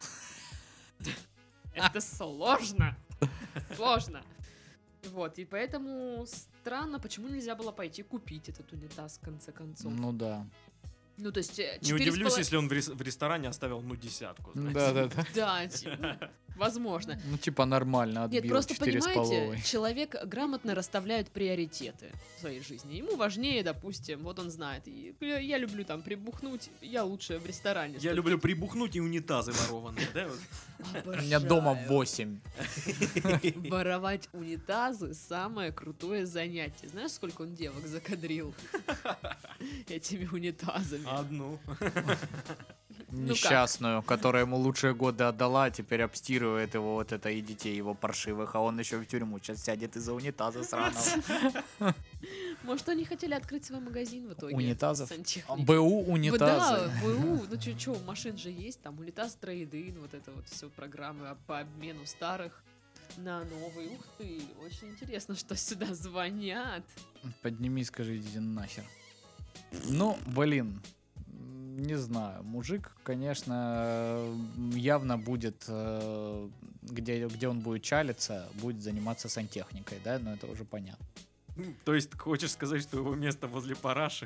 Speaker 3: сложно. Сложно. Вот, и поэтому странно, почему нельзя было пойти купить этот унитаз, в конце концов.
Speaker 1: Ну да.
Speaker 3: Ну, то есть,
Speaker 2: Не удивлюсь, если он в ресторане оставил, ну, 10. знаете.
Speaker 1: Да.
Speaker 3: Да, типа, возможно.
Speaker 1: Ну, типа, нормально отбил.
Speaker 3: Нет, просто
Speaker 1: 4,5.
Speaker 3: понимаете, человек грамотно расставляет приоритеты в своей жизни. Ему важнее, допустим, вот он знает, и я люблю там прибухнуть, я лучше в ресторане.
Speaker 2: Я люблю прибухнуть и унитазы ворованные, да? вот.
Speaker 1: У меня дома 8.
Speaker 3: Воровать унитазы — самое крутое занятие. Знаешь, сколько он девок закадрил этими унитазами?
Speaker 2: Одну.
Speaker 1: Несчастную, которая ему лучшие годы отдала, теперь обстирывает его вот это и детей его паршивых, а он еще в тюрьму сейчас сядет из-за унитаза сраного.
Speaker 3: Может, они хотели открыть свой магазин в итоге?
Speaker 1: Унитазов?
Speaker 3: Сантехники.
Speaker 1: БУ унитазы.
Speaker 3: Да, БУ. Ну чё, машин же есть, там унитаз трейд-ин, вот это вот все программы по обмену старых на новые. Ух ты, очень интересно, что сюда звонят.
Speaker 1: Подними, скажи, иди нахер. Ну, блин, не знаю. Мужик, конечно, явно будет, где он будет чалиться, будет заниматься сантехникой, да, но это уже понятно.
Speaker 2: То есть, хочешь сказать, что его место возле параши?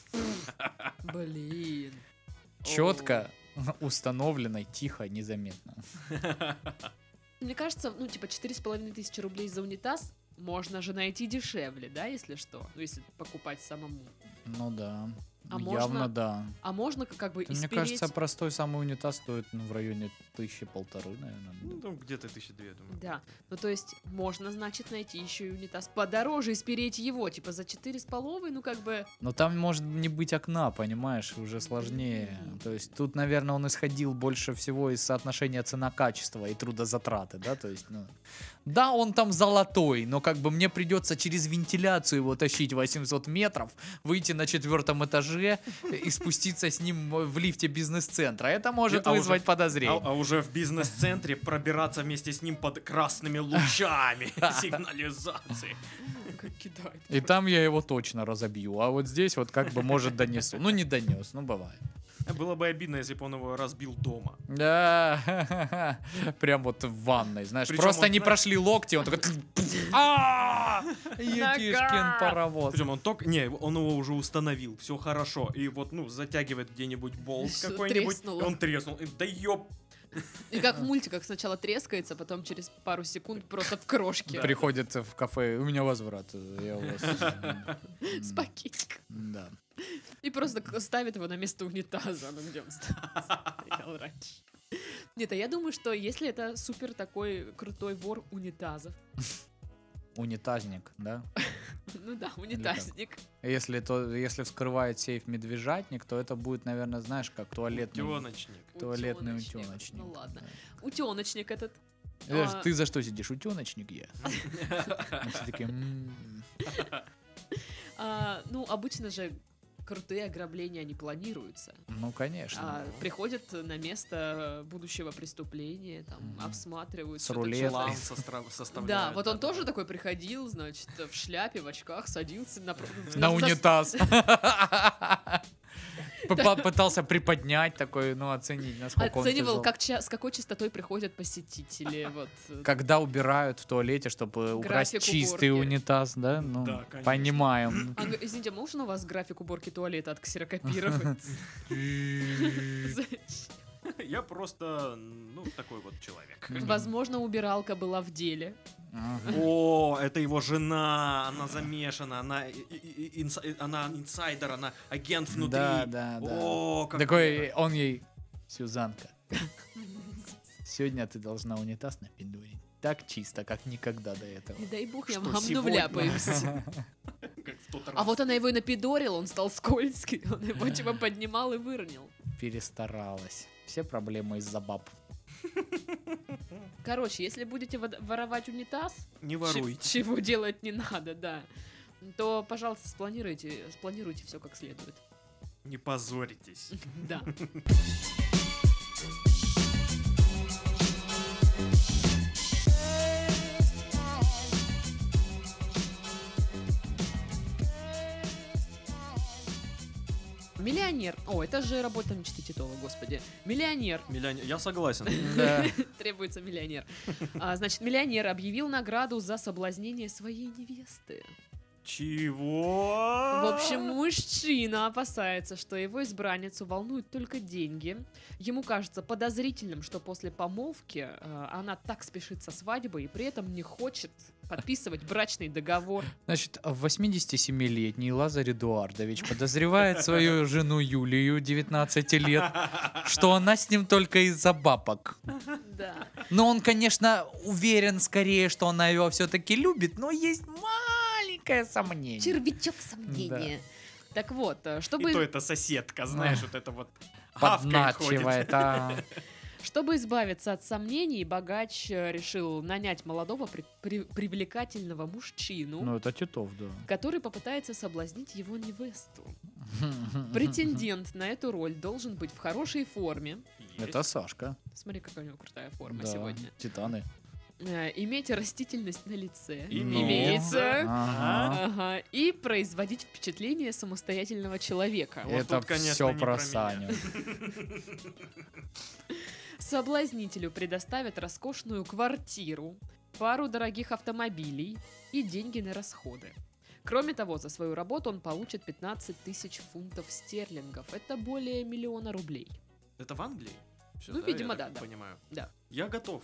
Speaker 3: Блин.
Speaker 1: Четко, установлено, тихо, незаметно.
Speaker 3: Мне кажется, ну, типа, 4500 рублей за унитаз можно же найти дешевле, да, если что? Ну, если покупать самому.
Speaker 1: Ну да.
Speaker 3: А
Speaker 1: Явно
Speaker 3: можно
Speaker 1: да.
Speaker 3: А можно как бы
Speaker 1: Мне
Speaker 3: испереть...
Speaker 1: кажется, простой самый унитаз стоит в районе 1500, наверное.
Speaker 2: Ну, там где-то 1002, я думаю.
Speaker 3: Да, ну то есть можно, значит, найти еще и унитаз подороже и спереть его, типа за 4,5, ну как бы...
Speaker 1: Но там может не быть окна, понимаешь, уже сложнее. То есть тут, наверное, он исходил больше всего из соотношения цена-качество и трудозатраты, да, то есть, ну... Да, он там золотой, но как бы мне придется через вентиляцию его тащить 800 метров, выйти на 4-м этаже и спуститься с ним в лифте бизнес-центра. Это может вызвать подозрение.
Speaker 2: А уже в бизнес-центре пробираться вместе с ним под красными лучами сигнализации.
Speaker 3: Как кидает.
Speaker 1: И там я его точно разобью. А вот здесь вот как бы, может, донесу. Ну, не донес, ну, бывает.
Speaker 2: Было бы обидно, если бы он его разбил дома.
Speaker 1: Да, прям вот в ванной, знаешь.
Speaker 2: Причем
Speaker 1: Просто
Speaker 2: он,
Speaker 1: не
Speaker 2: знаешь-
Speaker 1: прошли локти, он такой... Етишкин паровоз.
Speaker 2: Причем он его уже установил, все хорошо. И вот, ну, затягивает где-нибудь болт
Speaker 3: Что,
Speaker 2: какой-нибудь.
Speaker 3: треснуло?
Speaker 2: И он треснул. И да ёп.
Speaker 3: И как в мультиках сначала трескается, потом через пару секунд просто в крошке.
Speaker 1: Приходит в кафе, у меня возврат. Я у вас...
Speaker 3: С пакетиком.
Speaker 1: Да.
Speaker 3: И просто ставит его на место унитаза, ну где он стоял раньше. Нет, а я думаю, что если это супер такой крутой вор унитазов,
Speaker 1: Унитазник, да?
Speaker 3: ну да, унитазник,
Speaker 1: Если вскрывает сейф медвежатник, то это будет, наверное, знаешь, как туалетный
Speaker 2: Тёночник.
Speaker 1: утеночник.
Speaker 3: Ну ладно. Утеночник этот.
Speaker 1: Ты за что сидишь? Утеночник я. Все такие...
Speaker 3: Ну, обычно же крутые ограбления, они планируются.
Speaker 1: Ну, конечно.
Speaker 3: Приходят на место будущего преступления, там,
Speaker 1: Мгм.
Speaker 3: обсматривают.
Speaker 1: С
Speaker 3: что-то,
Speaker 1: рулетой.
Speaker 3: что-то.
Speaker 2: План составляют.
Speaker 3: Да, вот он тоже такой приходил, значит, в шляпе, в очках, садился
Speaker 1: На унитаз. Пытался приподнять такой, ну, оценить, насколько он
Speaker 3: Оценивал,
Speaker 1: тяжел.
Speaker 3: с какой частотой приходят посетители. Вот.
Speaker 1: Когда убирают в туалете, чтобы украсть
Speaker 3: График
Speaker 1: чистый
Speaker 3: уборки.
Speaker 1: унитаз, да? Ну,
Speaker 2: Да, конечно.
Speaker 1: понимаем.
Speaker 3: Извините, можно у вас график уборки туалета отксерокопировать?
Speaker 2: Я просто, ну, такой вот человек.
Speaker 3: Возможно, убиралка была в деле.
Speaker 1: Ага.
Speaker 2: О, это его жена, она замешана, она инсайдер, она агент внутри.
Speaker 1: Да, да, да.
Speaker 2: О, как
Speaker 1: Такой, он ей, Сюзанка, сегодня ты должна унитаз напиндурить. Так чисто, как никогда до этого.
Speaker 3: Не дай бог, я
Speaker 2: Что,
Speaker 3: мамну
Speaker 2: сегодня?
Speaker 3: вляпаюсь.
Speaker 2: как в тот раз.
Speaker 3: А вот она его и напидорила, он стал скользкий, он его типа поднимал и выронил.
Speaker 1: Перестаралась. Все проблемы из-за баб.
Speaker 3: Короче, если будете воровать унитаз,
Speaker 2: Не воруйте.
Speaker 3: чего делать не надо, да, то, пожалуйста, спланируйте все как следует.
Speaker 2: Не позоритесь.
Speaker 3: Да. Миллионер. О, это же работа мечты Титова, господи. Миллионер.
Speaker 2: Я согласен.
Speaker 1: Да.
Speaker 3: Требуется миллионер. Значит, миллионер объявил награду за соблазнение своей невесты.
Speaker 2: Чего?
Speaker 3: В общем, мужчина опасается, что его избранницу волнуют только деньги. Ему кажется подозрительным, что после помолвки она так спешит со свадьбой и при этом не хочет подписывать брачный договор.
Speaker 1: Значит, 87-летний Лазарь Эдуардович подозревает свою жену Юлию, 19 лет, что она с ним только из-за бабок.
Speaker 3: Да.
Speaker 1: Но он, конечно, уверен скорее, что она его все-таки любит, но есть маленькое сомнение.
Speaker 3: Червячок сомнения. Так вот, чтобы...
Speaker 2: И то это соседка, знаешь, вот это вот гавкает, ходит.
Speaker 1: Подначивает, а...
Speaker 3: Чтобы избавиться от сомнений, богач решил нанять молодого привлекательного мужчину,
Speaker 1: Ну, это Титов, да.
Speaker 3: который попытается соблазнить его невесту. Претендент на эту роль должен быть в хорошей форме.
Speaker 1: Это Сашка.
Speaker 3: Смотри, какая у него крутая форма
Speaker 1: Да,
Speaker 3: сегодня.
Speaker 1: Титаны.
Speaker 3: Иметь растительность на лице.
Speaker 2: Имеется.
Speaker 1: Ага.
Speaker 3: Ага. И производить впечатление самостоятельного человека.
Speaker 2: Вот
Speaker 1: Это
Speaker 2: тут, конечно,
Speaker 1: все
Speaker 2: не
Speaker 1: про
Speaker 2: про меня.
Speaker 1: Саню.
Speaker 3: Соблазнителю предоставят роскошную квартиру, пару дорогих автомобилей и деньги на расходы. Кроме того, за свою работу он получит 15 тысяч фунтов стерлингов. Это более 1 миллиона рублей.
Speaker 2: Это в Англии? Всё,
Speaker 3: Ну,
Speaker 2: я
Speaker 3: видимо,
Speaker 2: так
Speaker 3: да.
Speaker 2: Понимаю.
Speaker 3: Да.
Speaker 2: Я готов.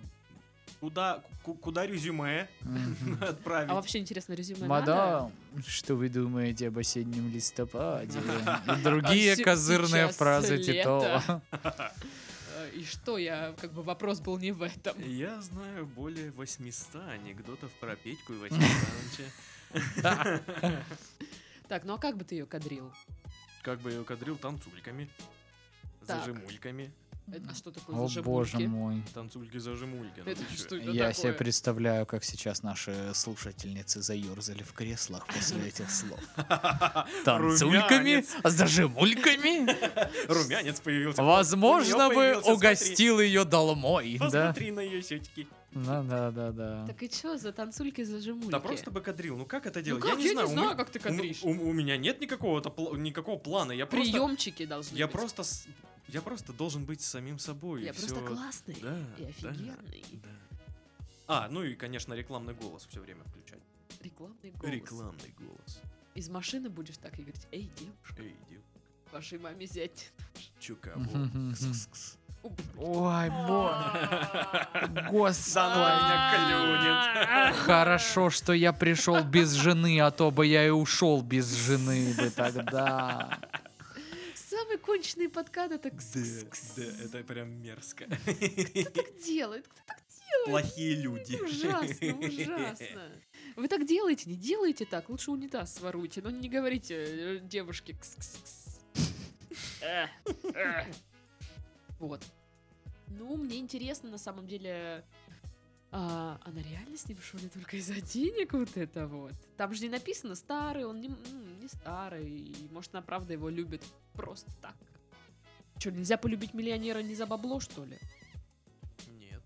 Speaker 2: Куда резюме
Speaker 1: Мгм.
Speaker 2: отправить?
Speaker 3: А вообще, интересно, резюме надо?
Speaker 1: Мадам, что вы думаете об осеннем листопаде? И другие
Speaker 3: А
Speaker 1: козырные
Speaker 3: сейчас
Speaker 1: фразы
Speaker 3: лето.
Speaker 1: Титова.
Speaker 3: И что я, вопрос был не в этом.
Speaker 2: Я знаю более 800 анекдотов про Петьку и Василия Ивановича.
Speaker 3: Так, ну а как бы ты ее кадрил?
Speaker 2: Как бы я ее кадрил танцульками,
Speaker 3: Так.
Speaker 2: зажимульками.
Speaker 3: А что такое
Speaker 1: О,
Speaker 3: за
Speaker 1: боже
Speaker 3: жимульки?
Speaker 1: мой.
Speaker 2: Танцульки-зажимульки. Ну
Speaker 3: Это
Speaker 2: ты чё?
Speaker 3: что это
Speaker 1: Я
Speaker 3: такое?
Speaker 1: себе представляю, как сейчас наши слушательницы заерзали в креслах после этих слов. Танцульками,
Speaker 2: Румянец.
Speaker 1: зажимульками.
Speaker 2: Румянец появился.
Speaker 1: Возможно,
Speaker 2: У неё
Speaker 1: бы
Speaker 2: появился,
Speaker 1: угостил ее долмой. Да?
Speaker 2: Посмотри на ее щечки.
Speaker 1: Ну да, да, да.
Speaker 3: Так и что за танцульки за жимульки?
Speaker 2: Да просто бы кадрил. Ну как это
Speaker 3: Ну
Speaker 2: делать?
Speaker 3: как? Я не
Speaker 2: у
Speaker 3: знаю,
Speaker 2: меня-
Speaker 3: как ты кадришь.
Speaker 2: У меня нет никакого плана. Я просто,
Speaker 3: Приемчики должны
Speaker 2: я
Speaker 3: быть.
Speaker 2: просто, я просто должен быть самим собой.
Speaker 3: Я
Speaker 2: и
Speaker 3: просто
Speaker 2: всё.
Speaker 3: классный
Speaker 2: Да,
Speaker 3: и
Speaker 2: да,
Speaker 3: офигенный.
Speaker 2: да. Ну и, конечно, рекламный голос все время включать.
Speaker 3: Рекламный голос.
Speaker 2: Рекламный голос.
Speaker 3: Из машины будешь так и говорить: эй, девушка,
Speaker 2: Эй, дев,
Speaker 3: вашей маме зять.
Speaker 2: чё кого?
Speaker 1: Мгм.
Speaker 2: Кс-кс-кс.
Speaker 1: Ой, господи.
Speaker 2: Да она меня клюнет.
Speaker 1: Хорошо, что я пришел без жены, а то бы я и ушел без жены бы тогда.
Speaker 3: Самый конченый подкат — это
Speaker 2: Да,
Speaker 3: кс-кс-кс.
Speaker 2: да, это прям мерзко.
Speaker 3: Кто так делает? Кто так
Speaker 2: Плохие люди.
Speaker 3: ужасно, ужасно. Вы так делаете? Не делайте так. Лучше унитаз своруйте. Но не говорите девушке кс-кс-кс. Вот. Ну, мне интересно, на самом деле, Она реально с ним что ли только из-за денег вот это вот? Там же не написано старый, он не старый, и, может, она правда его любит просто так. Что, нельзя полюбить миллионера не за бабло, что ли?
Speaker 2: Нет.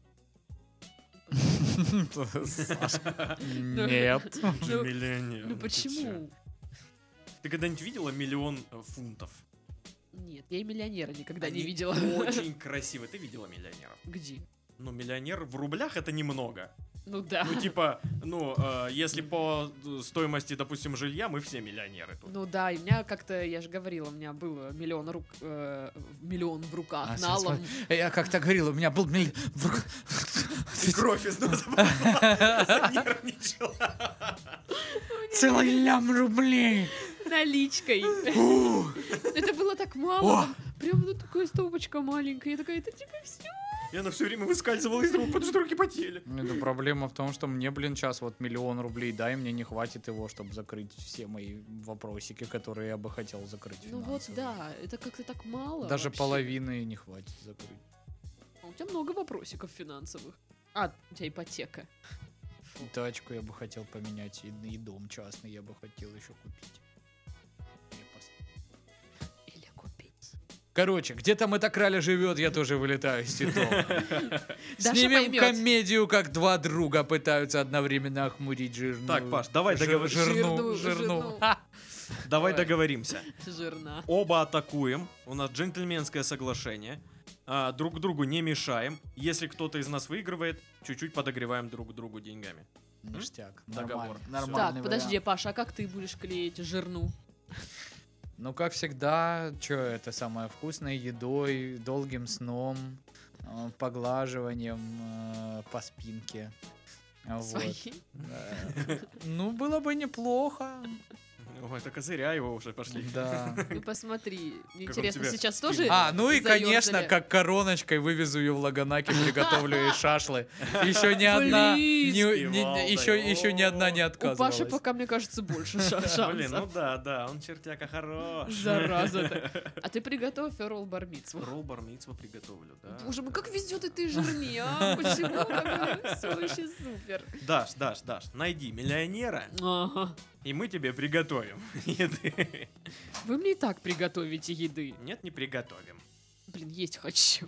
Speaker 1: Нет.
Speaker 2: Он же миллионер.
Speaker 3: Ну
Speaker 2: ты
Speaker 3: почему?
Speaker 2: чё? Ты когда-нибудь видела 1 000 000 фунтов?
Speaker 3: Нет, я и миллионера никогда не
Speaker 2: Они
Speaker 3: видела.
Speaker 2: Очень красиво. Ты видела миллионеров?
Speaker 3: Где?
Speaker 2: Ну, миллионер в рублях это немного.
Speaker 3: Ну да.
Speaker 2: Ну, типа, если по стоимости, допустим, жилья, мы все миллионеры тут.
Speaker 3: Ну да, и у меня как-то, я же говорила, у меня было миллион в руках налом.
Speaker 1: Я как-то говорил, у меня был
Speaker 2: И кровь из носа занервничала.
Speaker 1: целый лям рублей.
Speaker 3: Наличкой. Это было так мало. Прям ну такая стопочка маленькая. Я такая, это типа все.
Speaker 2: И она все время выскальзывала из рук, потому что руки потели.
Speaker 1: Ну, проблема в том, что мне, сейчас вот 1 000 000 рублей дай, мне не хватит его, чтобы закрыть все мои вопросики, которые я бы хотел закрыть.
Speaker 3: Ну вот
Speaker 1: финансовые.
Speaker 3: да, это как-то так мало.
Speaker 1: Даже
Speaker 3: вообще.
Speaker 1: половины не хватит закрыть.
Speaker 3: А у тебя много вопросиков финансовых. У тебя ипотека.
Speaker 1: Тачку я бы хотел поменять, и дом частный я бы хотел еще купить.
Speaker 3: Или купить.
Speaker 1: Короче, где там эта краля живет, я тоже вылетаю из ситома.
Speaker 3: Даша
Speaker 1: Снимем
Speaker 3: поймет.
Speaker 1: комедию, как два друга пытаются одновременно охмурить жирную.
Speaker 2: Так, Паш, давай
Speaker 3: Жирну.
Speaker 1: Жирну.
Speaker 2: Давай
Speaker 3: Давай.
Speaker 2: договоримся.
Speaker 3: Жирна.
Speaker 2: Оба атакуем. У нас джентльменское соглашение. Друг другу не мешаем. Если кто-то из нас выигрывает, чуть-чуть подогреваем друг другу деньгами.
Speaker 1: Ништяк.
Speaker 2: Договор.
Speaker 1: Нормальный
Speaker 3: Так, подожди,
Speaker 1: вариант.
Speaker 3: Паша, а как ты будешь клеить жирну?
Speaker 1: Ну, как всегда, что это самое вкусной едой, долгим сном, поглаживанием по спинке. Вот.
Speaker 3: Свои?
Speaker 1: Ну, было бы неплохо.
Speaker 2: Ой, это козыря его уже пошли.
Speaker 1: Да.
Speaker 3: Ну посмотри, мне
Speaker 2: Как
Speaker 3: интересно,
Speaker 2: он тебя
Speaker 3: сейчас
Speaker 2: скинул.
Speaker 3: тоже.
Speaker 1: Ну и, конечно,
Speaker 3: заёрзали?
Speaker 1: как короночкой вывезу ее в Лаганаке, приготовлю ей шашлы. Еще ни одна,
Speaker 3: Блин.
Speaker 1: еще ни одна не
Speaker 3: У Паши
Speaker 1: отказывалась.
Speaker 3: пока, мне кажется, больше шансов.
Speaker 2: Блин, ну да, он чертяка хорош.
Speaker 3: Зараза-то. А ты приготовь ролл бармицву.
Speaker 2: Ролл бармицву приготовлю, да.
Speaker 3: Боже мой, как везет этой жирне, а? Почему так? Все вообще супер.
Speaker 2: Даш, найди миллионера,
Speaker 3: Ага.
Speaker 2: и мы тебе приготовим еды.
Speaker 3: Вы мне и так приготовите еды.
Speaker 2: Нет, не приготовим.
Speaker 3: Блин, есть хочу.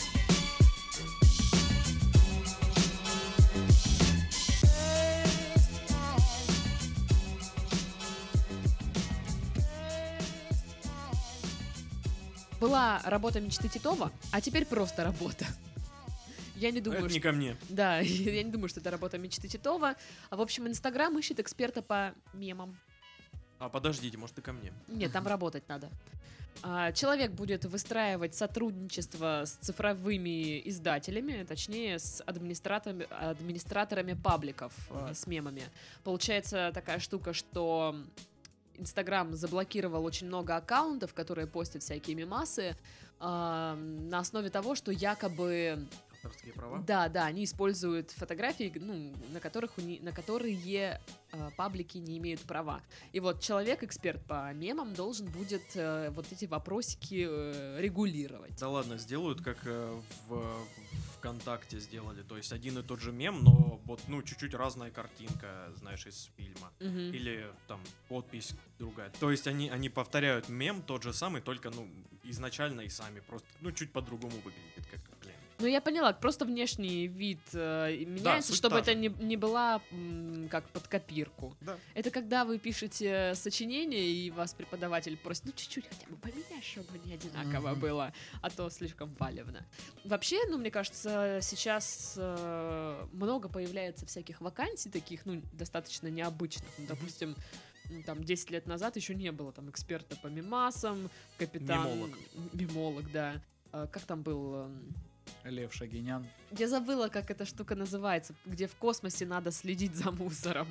Speaker 3: Была работа мечты Титова, а теперь просто работа. Я не думаю,
Speaker 2: Это не
Speaker 3: что...
Speaker 2: ко мне.
Speaker 3: Да, я не думаю, что это работа мечты Титова. А в общем, Инстаграм ищет эксперта по мемам.
Speaker 2: А подождите, может, и ко мне.
Speaker 3: Нет, там работать надо. Человек будет выстраивать сотрудничество с цифровыми издателями, точнее, с администраторами пабликов с мемами. Получается такая штука, что Инстаграм заблокировал очень много аккаунтов, которые постят всякие мемасы, на основе того, что якобы...
Speaker 2: Авторские права?
Speaker 3: Да, они используют фотографии, на которые паблики не имеют права. И вот человек, эксперт по мемам, должен будет вот эти вопросики регулировать.
Speaker 2: Да ладно, сделают, как в ВКонтакте сделали. То есть один и тот же мем, но вот, чуть-чуть разная картинка, знаешь, из фильма.
Speaker 3: Мгм.
Speaker 2: Или там подпись другая. То есть они повторяют мем тот же самый, только, изначально и сами. Просто, чуть по-другому выглядит, как блин.
Speaker 3: Ну, я поняла, просто внешний вид меняется,
Speaker 2: суть
Speaker 3: чтобы
Speaker 2: та
Speaker 3: это
Speaker 2: же.
Speaker 3: не была как под копирку.
Speaker 2: Да.
Speaker 3: Это когда вы пишете сочинение, и вас преподаватель просит, чуть-чуть хотя бы поменяй, чтобы не одинаково
Speaker 1: Мгм.
Speaker 3: было, а то слишком палевно. Вообще, мне кажется, сейчас много появляется всяких вакансий таких, достаточно необычных. Допустим, там 10 лет назад еще не было там эксперта по мемасам, капитан...
Speaker 2: Мемолог.
Speaker 3: Мемолог, да. Как там был...
Speaker 1: Лев Шагинян.
Speaker 3: Я забыла, как эта штука называется, где в космосе надо следить за мусором.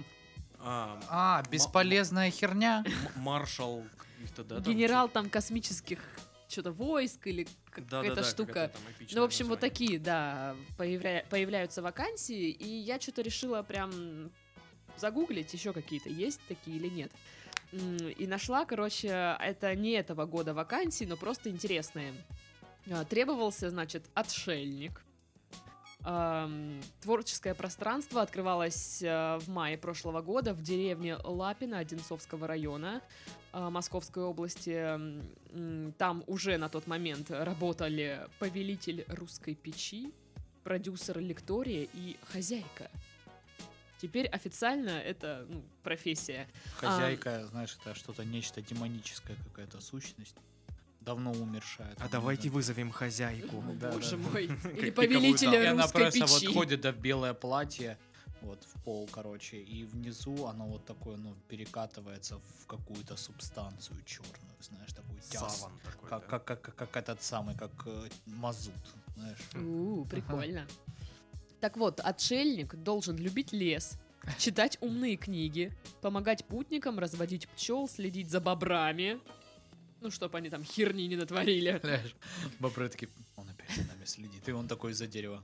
Speaker 1: Бесполезная херня.
Speaker 2: Маршал каких-то, да? там
Speaker 3: Генерал там космических что-то войск или
Speaker 2: Да-да-да,
Speaker 3: какая-то
Speaker 2: какое-то
Speaker 3: штука.
Speaker 2: там эпичное
Speaker 3: Ну, в общем, вот
Speaker 2: название.
Speaker 3: такие, да, появляются вакансии, и я что-то решила прям загуглить, еще какие-то есть такие или нет. И нашла, короче, это не этого года вакансии, но просто интересные. Требовался, значит, отшельник. Творческое пространство открывалось в мае прошлого года в деревне Лапино Одинцовского района Московской области. Там уже на тот момент работали повелитель русской печи, продюсер лектория и хозяйка. Теперь официально это профессия.
Speaker 1: Хозяйка, знаешь, это что-то, нечто демоническое, какая-то сущность. Давно умершая.
Speaker 2: А давайте вызовем хозяйку.
Speaker 3: Боже мой. Или
Speaker 1: И
Speaker 3: повелителя
Speaker 1: она
Speaker 3: русской
Speaker 1: просто вот
Speaker 3: печи.
Speaker 1: ходит в белое платье, вот в пол, короче, и внизу оно вот такое, перекатывается в какую-то субстанцию черную, знаешь, такую
Speaker 2: Саван такой. да.
Speaker 1: как этот самый, как мазут, знаешь.
Speaker 3: Прикольно. Так вот, отшельник должен любить лес, читать умные книги, помогать путникам, разводить пчел, следить за бобрами. Ну, чтоб они там херни не натворили.
Speaker 1: Знаешь, бобры такие, он опять за нами следит, и он такой из-за дерева.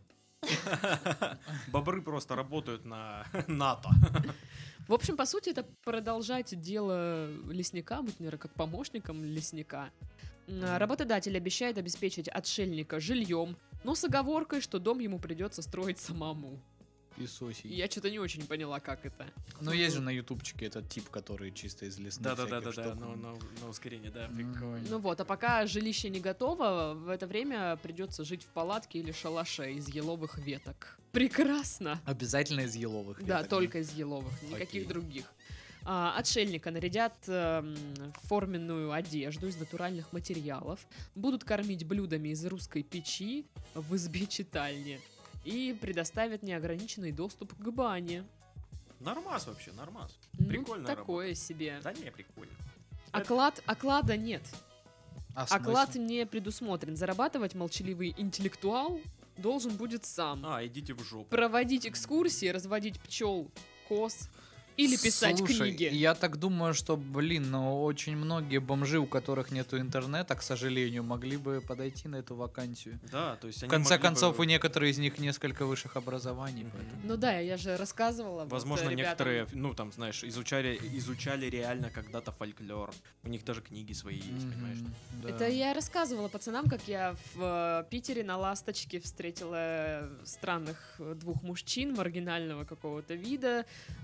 Speaker 2: Бобры просто работают на НАТО.
Speaker 3: В общем, по сути, это продолжать дело лесника, быть, наверное, как помощником лесника. Работодатель обещает обеспечить отшельника жильем, но с оговоркой, что дом ему придется строить самому.
Speaker 1: Песосий.
Speaker 3: Я что-то не очень поняла, как это.
Speaker 1: Ну, есть же на ютубчике этот тип, который чисто из лесных
Speaker 2: Да-да-да,
Speaker 1: всяких штук.
Speaker 2: на ускорение, да, прикольно.
Speaker 3: Ну вот, а пока жилище не готово, в это время придется жить в палатке или шалаше из еловых веток. Прекрасно!
Speaker 1: Обязательно из еловых
Speaker 3: Да,
Speaker 1: веток,
Speaker 3: только из еловых, никаких
Speaker 1: Окей.
Speaker 3: других. Отшельника нарядят в форменную одежду из натуральных материалов, будут кормить блюдами из русской печи в избе читальни и предоставят неограниченный доступ к бане.
Speaker 2: Нормас вообще, нормас.
Speaker 3: Ну,
Speaker 2: Прикольная
Speaker 3: такое себе.
Speaker 2: Да не, прикольно.
Speaker 3: Оклада нет.
Speaker 1: А
Speaker 3: Оклад
Speaker 1: смысл?
Speaker 3: не предусмотрен. Зарабатывать молчаливый интеллектуал должен будет сам.
Speaker 2: Идите в жопу.
Speaker 3: Проводить экскурсии, разводить пчел, коз или писать
Speaker 1: Слушай,
Speaker 3: книги.
Speaker 1: я так думаю, что, очень многие бомжи, у которых нету интернета, к сожалению, могли бы подойти на эту вакансию.
Speaker 2: Да, то есть
Speaker 1: В
Speaker 2: они
Speaker 1: конце
Speaker 2: могли
Speaker 1: концов,
Speaker 2: бы-
Speaker 1: у некоторых из них несколько высших образований.
Speaker 2: Мгм.
Speaker 1: поэтому.
Speaker 3: Ну да, я же рассказывала. вот,
Speaker 2: Возможно,
Speaker 3: ребятам.
Speaker 2: некоторые, знаешь, изучали реально когда-то фольклор. У них даже книги свои есть, понимаешь?
Speaker 1: Да.
Speaker 3: Это я рассказывала пацанам, как я в Питере на «Ласточке» встретила странных двух мужчин маргинального какого-то вида.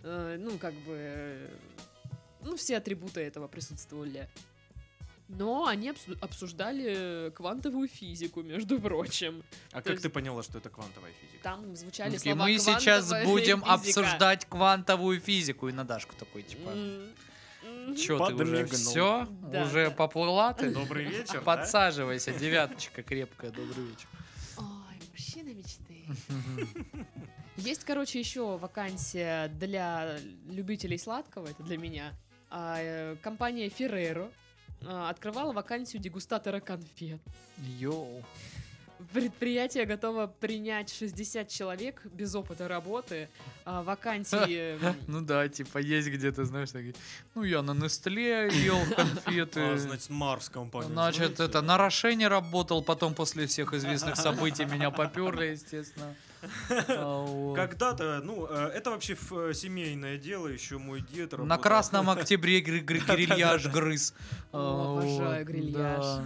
Speaker 3: Все атрибуты этого присутствовали. Но они обсуждали квантовую физику, между прочим.
Speaker 2: А
Speaker 3: То
Speaker 2: как
Speaker 3: есть-
Speaker 2: ты поняла, что это квантовая физика?
Speaker 3: Там звучали
Speaker 1: И
Speaker 3: слова
Speaker 1: мы сейчас
Speaker 3: «квантовая
Speaker 1: будем
Speaker 3: физика».
Speaker 1: обсуждать квантовую физику. И на Дашку такой, типа, чё ты уже
Speaker 2: Подмигнул.
Speaker 1: все?
Speaker 3: Да,
Speaker 1: Уже
Speaker 3: да.
Speaker 1: поплыла ты?
Speaker 2: Добрый вечер, да?
Speaker 1: Подсаживайся, девяточка крепкая, добрый вечер.
Speaker 3: Ой, мужчина мечты. Есть, еще вакансия для любителей сладкого, это для меня. Компания Ferrero открывала вакансию дегустатора конфет.
Speaker 1: Йоу.
Speaker 3: Предприятие готово принять 60 человек без опыта работы. Вакансии...
Speaker 1: Ну да, типа есть где-то, знаешь, такие, я на Нестле ел конфеты.
Speaker 2: Значит, Марс компания.
Speaker 1: Значит,
Speaker 2: называется.
Speaker 1: на Рошене работал, потом после всех известных событий меня поперли, естественно. Вот.
Speaker 2: Когда-то, это вообще семейное дело, еще мой дед
Speaker 1: На
Speaker 2: работал.
Speaker 1: Красном Октябре грильяж грыз.
Speaker 3: О, обожаю
Speaker 1: Вот,
Speaker 3: грильяж.
Speaker 1: да.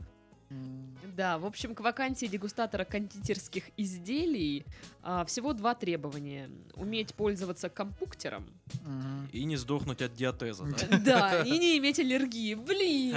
Speaker 3: Да, в общем, к вакансии дегустатора кондитерских изделий всего 2 требования. Уметь пользоваться компуктером.
Speaker 1: Мгм.
Speaker 2: И не сдохнуть от диатеза, да?
Speaker 3: Да, и не иметь аллергии. Блин,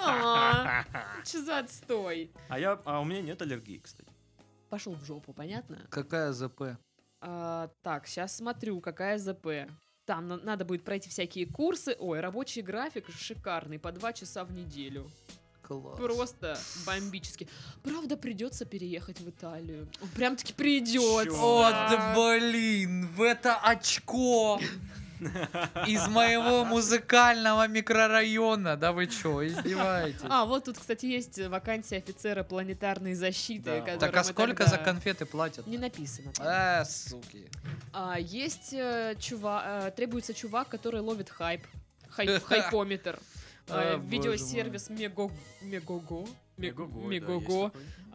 Speaker 3: что за отстой?
Speaker 2: А у меня нет аллергии, кстати.
Speaker 3: Пошел в жопу, понятно?
Speaker 1: Какая ЗП?
Speaker 3: Так, сейчас смотрю, какая ЗП. Там надо будет пройти всякие курсы. Ой, рабочий график шикарный, по 2 часа в неделю.
Speaker 1: Класс.
Speaker 3: Просто бомбически. Правда, придется переехать в Италию. Прям-таки придется.
Speaker 1: Вот, блин, в это очко из моего музыкального микрорайона. Да вы чё, издеваетесь?
Speaker 3: Вот тут, кстати, есть вакансия офицера планетарной защиты.
Speaker 1: Да.
Speaker 3: которую
Speaker 1: Так а
Speaker 3: мы
Speaker 1: сколько
Speaker 3: тогда-
Speaker 1: за конфеты платят?
Speaker 3: Не написано.
Speaker 1: Суки.
Speaker 3: Есть требуется чувак, который ловит хайп. Хайпометр.
Speaker 1: А, боже
Speaker 3: Видеосервис Мегого
Speaker 2: Мегого,
Speaker 3: Мегого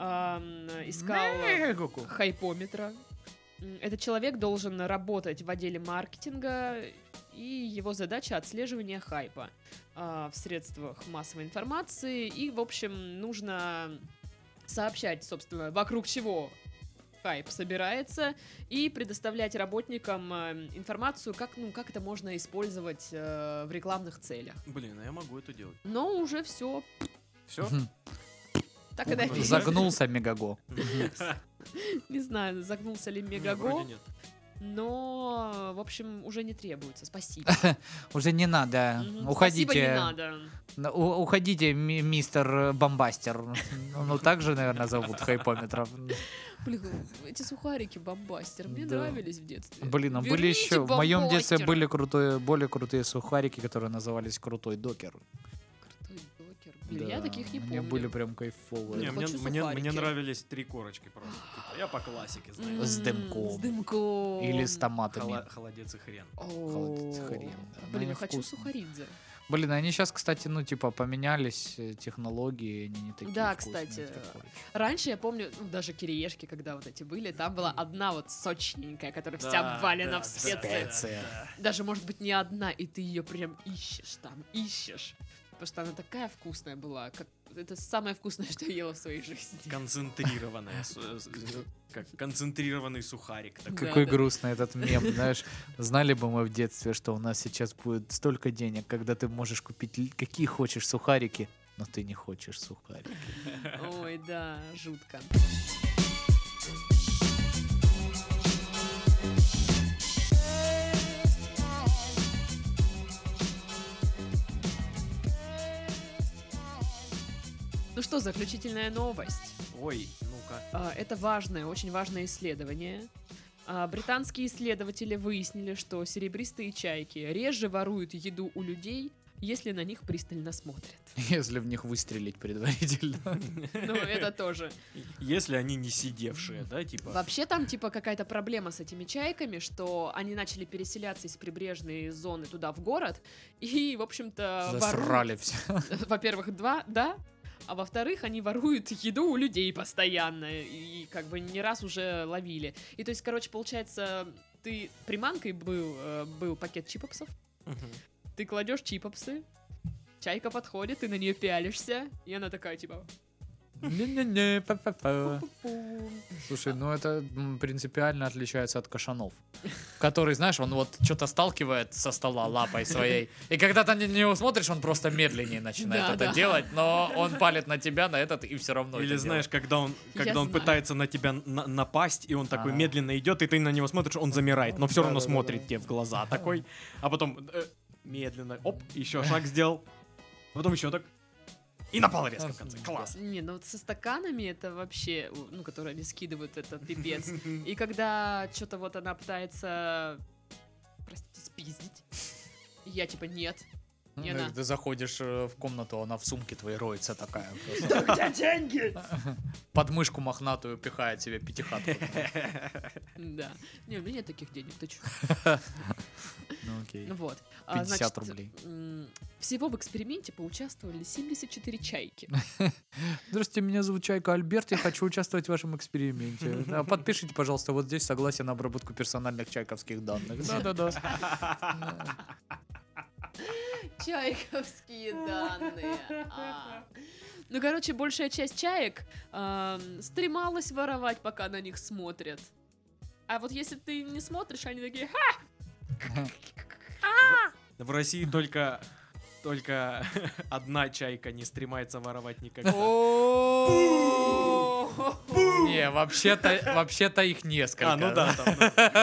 Speaker 3: искал хайпометра. Этот человек должен работать в отделе маркетинга, и его задача отслеживание хайпа в средствах массовой информации. И, в общем, нужно сообщать, собственно, вокруг чего хайп собирается, и предоставлять работникам информацию, как это можно использовать в рекламных целях.
Speaker 2: Блин, а я могу это делать.
Speaker 3: Но уже все,
Speaker 2: Все?
Speaker 3: так и написано.
Speaker 1: Загнулся Мегаго.
Speaker 3: Не знаю, загнулся ли Мегаго,
Speaker 2: Вроде нет.
Speaker 3: но, в общем, уже не требуется. Спасибо.
Speaker 1: Уже не надо.
Speaker 3: Мгм.
Speaker 1: Уходите.
Speaker 3: Спасибо, не надо.
Speaker 1: Уходите, мистер Бомбастер. Ну, так же, наверное, зовут хайпометров.
Speaker 3: Блин, эти сухарики бомбастер мне
Speaker 1: Да.
Speaker 3: нравились в детстве.
Speaker 1: Блин, а были
Speaker 3: Верните
Speaker 1: еще... В моем детстве
Speaker 3: Бомбастера.
Speaker 1: были более крутые сухарики, которые назывались Крутой Докер.
Speaker 3: Крутой докер. Блин, я
Speaker 1: Да,
Speaker 3: таких не
Speaker 1: они
Speaker 3: помню.
Speaker 1: были прям кайфовые.
Speaker 2: Не,
Speaker 3: хочу
Speaker 2: мне
Speaker 3: сухарики.
Speaker 2: нравились 3 корочки просто. Типа, я по классике знаю.
Speaker 1: С дымком.
Speaker 3: С дымком.
Speaker 1: Или с томатами.
Speaker 2: Холодец и хрен.
Speaker 1: Холодец,
Speaker 3: О,
Speaker 1: хрен, да. Ну,
Speaker 3: Блин,
Speaker 1: они
Speaker 3: я хочу
Speaker 1: вкусные.
Speaker 3: сухаридзе.
Speaker 1: Блин, они сейчас, кстати, ну, типа, поменялись технологии, они не такие
Speaker 3: Да,
Speaker 1: вкусные,
Speaker 3: кстати.
Speaker 1: эти корочки.
Speaker 3: Раньше я помню, даже кириешки, когда вот эти были, там была одна вот сочненькая, которая
Speaker 2: Да,
Speaker 3: вся валена
Speaker 2: да,
Speaker 3: в
Speaker 2: да,
Speaker 3: специи.
Speaker 1: Специя.
Speaker 3: Даже, может быть, не одна, и ты ее прям ищешь там, ищешь. Потому что она такая вкусная была. Это самое вкусное, что я ела в своей жизни.
Speaker 2: Концентрированная. Как концентрированный сухарик. такой.
Speaker 1: Какой
Speaker 3: да.
Speaker 1: грустный этот мем, знаешь. Знали бы мы в детстве, что у нас сейчас будет столько денег, когда ты можешь купить какие хочешь сухарики, но ты не хочешь сухарики.
Speaker 3: Ой, да, жутко. Ну что, заключительная новость.
Speaker 2: Ой, ну-ка.
Speaker 3: Это важное, очень важное исследование. Британские исследователи выяснили, что серебристые чайки реже воруют еду у людей, если на них пристально смотрят.
Speaker 1: Если в них выстрелить предварительно.
Speaker 3: Ну, это тоже.
Speaker 2: Если они не сидевшие, да, типа.
Speaker 3: Вообще там типа какая-то проблема с этими чайками, что они начали переселяться из прибрежной зоны туда в город, и, в общем-то,
Speaker 1: Засрали все.
Speaker 3: Во-первых, да, а во-вторых, они воруют еду у людей постоянно, и как бы не раз уже ловили. И то есть, короче, получается, ты приманкой был пакет чипопсов,
Speaker 2: Мгм.
Speaker 3: ты кладешь чипопсы, чайка подходит, ты на нее пялишься, и она такая, типа...
Speaker 1: Не-не-не, па-па-па.
Speaker 3: «Пу-пу-пу».
Speaker 1: Слушай, ну это принципиально отличается от кашанов, который, знаешь, он вот что-то сталкивает со стола лапой своей, и когда ты на него смотришь, он просто медленнее начинает
Speaker 3: Да,
Speaker 1: это
Speaker 3: да.
Speaker 1: делать, но он палит на тебя, на этот, и все равно
Speaker 2: Или
Speaker 1: это
Speaker 2: знаешь, когда он
Speaker 3: знаю.
Speaker 2: пытается на тебя напасть, и он такой
Speaker 1: Ага.
Speaker 2: медленно идет, и ты на него смотришь, он замирает, но все равно
Speaker 1: Да-да-да-да.
Speaker 2: смотрит тебе в глаза такой, а потом медленно, оп, еще шаг сделал, потом еще так, и напал резко в конце. Класс.
Speaker 3: Не, ну вот со стаканами это вообще, ну, которые они скидывают, это пипец. И когда что-то вот она пытается, простите, спиздить, я типа нет.
Speaker 1: делает.
Speaker 3: не
Speaker 1: Ну,
Speaker 3: она.
Speaker 1: Ты заходишь в комнату, она в сумке твоей роется такая.
Speaker 3: Где деньги?
Speaker 1: Под мышку мохнатую пихает себе пятихатку.
Speaker 3: Да. Не, у меня нет таких денег, ты чё?
Speaker 1: Ну окей.
Speaker 3: Ну вот.
Speaker 1: 50 рублей.
Speaker 3: Всего в эксперименте поучаствовали 74 чайки.
Speaker 1: Здравствуйте, меня зовут Чайка Альберт, я хочу участвовать в вашем эксперименте. Да, подпишите, пожалуйста, вот здесь согласие на обработку персональных чайковских данных. Да-да-да.
Speaker 3: Чайковские данные. Ну, короче, большая часть чаек стремалась воровать, пока на них смотрят. А вот если ты не смотришь, они такие: «Ха!»
Speaker 2: В России только одна чайка не стремается воровать никогда.
Speaker 1: Не, вообще-то их несколько.
Speaker 2: А, ну да, там.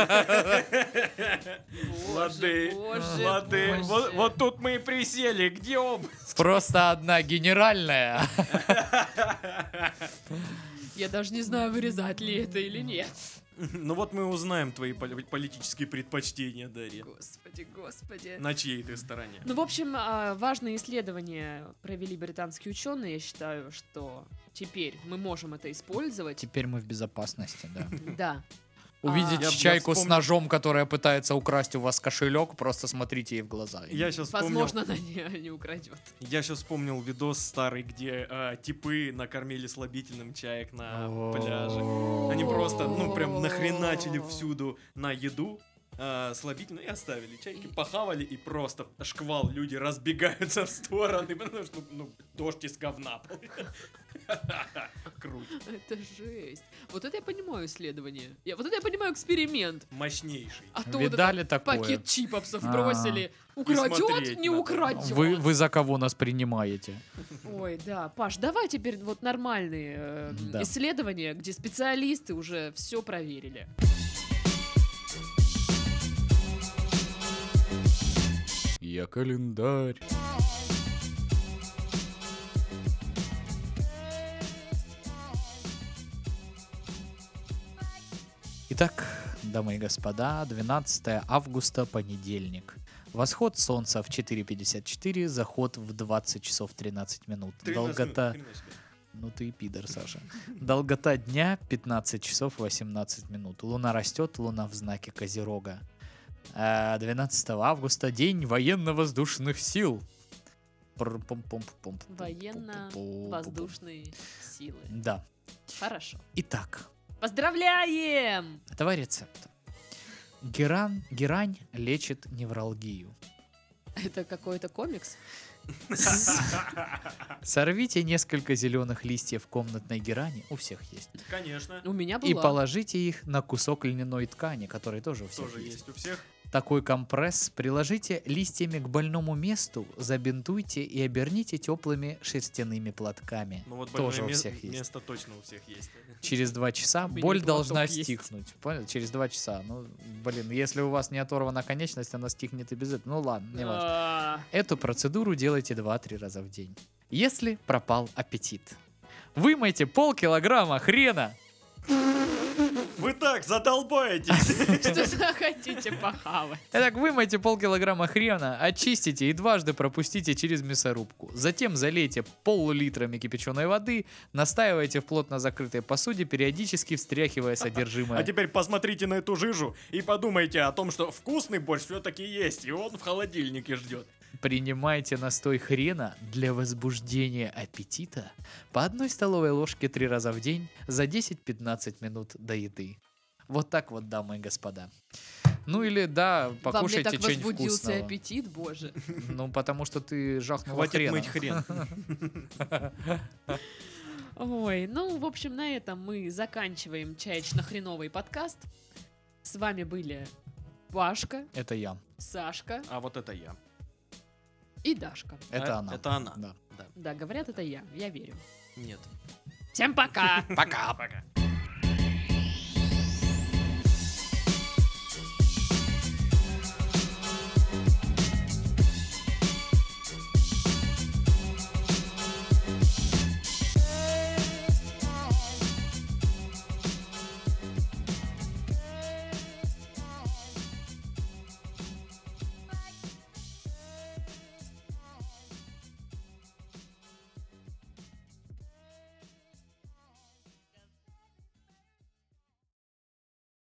Speaker 3: Боже,
Speaker 2: Лады,
Speaker 3: боже,
Speaker 2: лады.
Speaker 3: боже.
Speaker 2: Вот тут мы и присели. Где он?
Speaker 1: Просто одна генеральная.
Speaker 3: Я даже не знаю, вырезать ли это или нет.
Speaker 2: Ну вот мы узнаем твои политические предпочтения, Дарья.
Speaker 3: Господи, господи.
Speaker 2: На чьей ты стороне?
Speaker 3: Ну, в общем, важное исследование провели британские ученые. Я считаю, что теперь мы можем это использовать.
Speaker 1: Теперь мы в безопасности, да.
Speaker 3: Да.
Speaker 1: Увидеть
Speaker 2: Я
Speaker 1: чайку с
Speaker 2: вспомнил-
Speaker 1: ножом, которая пытается украсть у вас кошелек, просто смотрите ей в глаза.
Speaker 2: Я сейчас вспомнил,
Speaker 3: Возможно, она не украдет.
Speaker 2: я сейчас вспомнил видос старый, где типы накормили слабительным чаек на пляже. Они просто, ну, прям нахреначили всюду на еду. слабительное и оставили. Чайки похавали, и просто шквал, люди разбегаются в стороны, потому что, дождь из говна. Круто.
Speaker 3: Это жесть. Вот это я понимаю исследование. Вот это я понимаю эксперимент.
Speaker 2: Мощнейший.
Speaker 3: А то
Speaker 1: Видали
Speaker 3: вот этот
Speaker 1: такое?
Speaker 3: пакет чипопсов
Speaker 1: А.
Speaker 3: бросили. Украдет,
Speaker 2: смотреть
Speaker 3: не
Speaker 2: надо.
Speaker 3: украдет.
Speaker 1: Вы за кого нас принимаете?
Speaker 3: Ой, да, Паш, давай теперь вот нормальные
Speaker 1: Да.
Speaker 3: исследования, где специалисты уже все проверили.
Speaker 1: Я календарь. Итак, дамы и господа, 12 августа, понедельник. Восход солнца в 4:54, заход в 20 часов 13 минут.
Speaker 2: 13
Speaker 1: Долгота...
Speaker 2: минут, хрена себе.
Speaker 1: Ну ты и пидор, Саша. Долгота дня 15 часов 18 минут. Луна растет, луна в знаке Козерога. 12 августа, день военно-воздушных сил.
Speaker 3: Военно-воздушные силы.
Speaker 1: Да.
Speaker 3: Хорошо.
Speaker 1: Итак,
Speaker 3: Поздравляем!
Speaker 1: давай рецепт. Герань лечит невралгию.
Speaker 3: Это какой-то комикс?
Speaker 1: Сорвите несколько зеленых листьев комнатной герани, у всех есть,
Speaker 2: Конечно.
Speaker 3: У меня
Speaker 1: и
Speaker 3: была.
Speaker 1: положите их на кусок льняной ткани, который тоже у всех
Speaker 2: Тоже
Speaker 1: есть.
Speaker 2: есть у всех.
Speaker 1: Такой компресс приложите листьями к больному месту, забинтуйте и оберните теплыми шерстяными платками.
Speaker 2: Ну вот
Speaker 1: Тоже
Speaker 2: больное
Speaker 1: у всех есть.
Speaker 2: место точно у всех есть.
Speaker 1: Через 2 часа
Speaker 3: У меня
Speaker 1: боль
Speaker 3: платок
Speaker 1: должна
Speaker 3: есть.
Speaker 1: стихнуть. Понял? Через 2 часа. Ну, блин, если у вас не оторвана конечность, она стихнет и без этого. Ну ладно, не важно.
Speaker 3: А,
Speaker 1: Эту процедуру делайте 2-3 раза в день. Если пропал аппетит, вымойте полкилограмма хрена.
Speaker 2: Вы так задолбаетесь.
Speaker 3: Что захотите похавать?
Speaker 1: Итак, вымойте полкилограмма хрена, очистите и дважды пропустите через мясорубку. Затем залейте пол-литрами кипяченой воды, настаивайте в плотно закрытой посуде, периодически встряхивая содержимое.
Speaker 2: А теперь посмотрите на эту жижу и подумайте о том, что вкусный борщ все-таки есть, и он в холодильнике ждет.
Speaker 1: Принимайте настой хрена для возбуждения аппетита по 1 столовой ложке 3 раза в день за 10-15 минут до еды. Вот так вот, дамы и господа. Ну или да,
Speaker 3: Во мне
Speaker 1: покушайте
Speaker 3: так
Speaker 1: что-нибудь
Speaker 3: возбудился
Speaker 1: вкусного.
Speaker 3: аппетит, боже.
Speaker 1: Ну потому что ты жахнул
Speaker 2: Хватит
Speaker 1: хрена.
Speaker 2: мыть хрен.
Speaker 3: Ой, ну, в общем, на этом мы заканчиваем чаечно-хреновый подкаст. С вами были Пашка,
Speaker 1: Это я.
Speaker 3: Сашка
Speaker 2: А вот это я.
Speaker 3: и Дашка.
Speaker 1: Это
Speaker 2: А,
Speaker 1: она.
Speaker 2: Это она.
Speaker 1: Да.
Speaker 2: Да.
Speaker 3: Да, говорят, это я верю.
Speaker 2: Нет.
Speaker 3: Всем пока!
Speaker 1: Пока.
Speaker 2: Пока.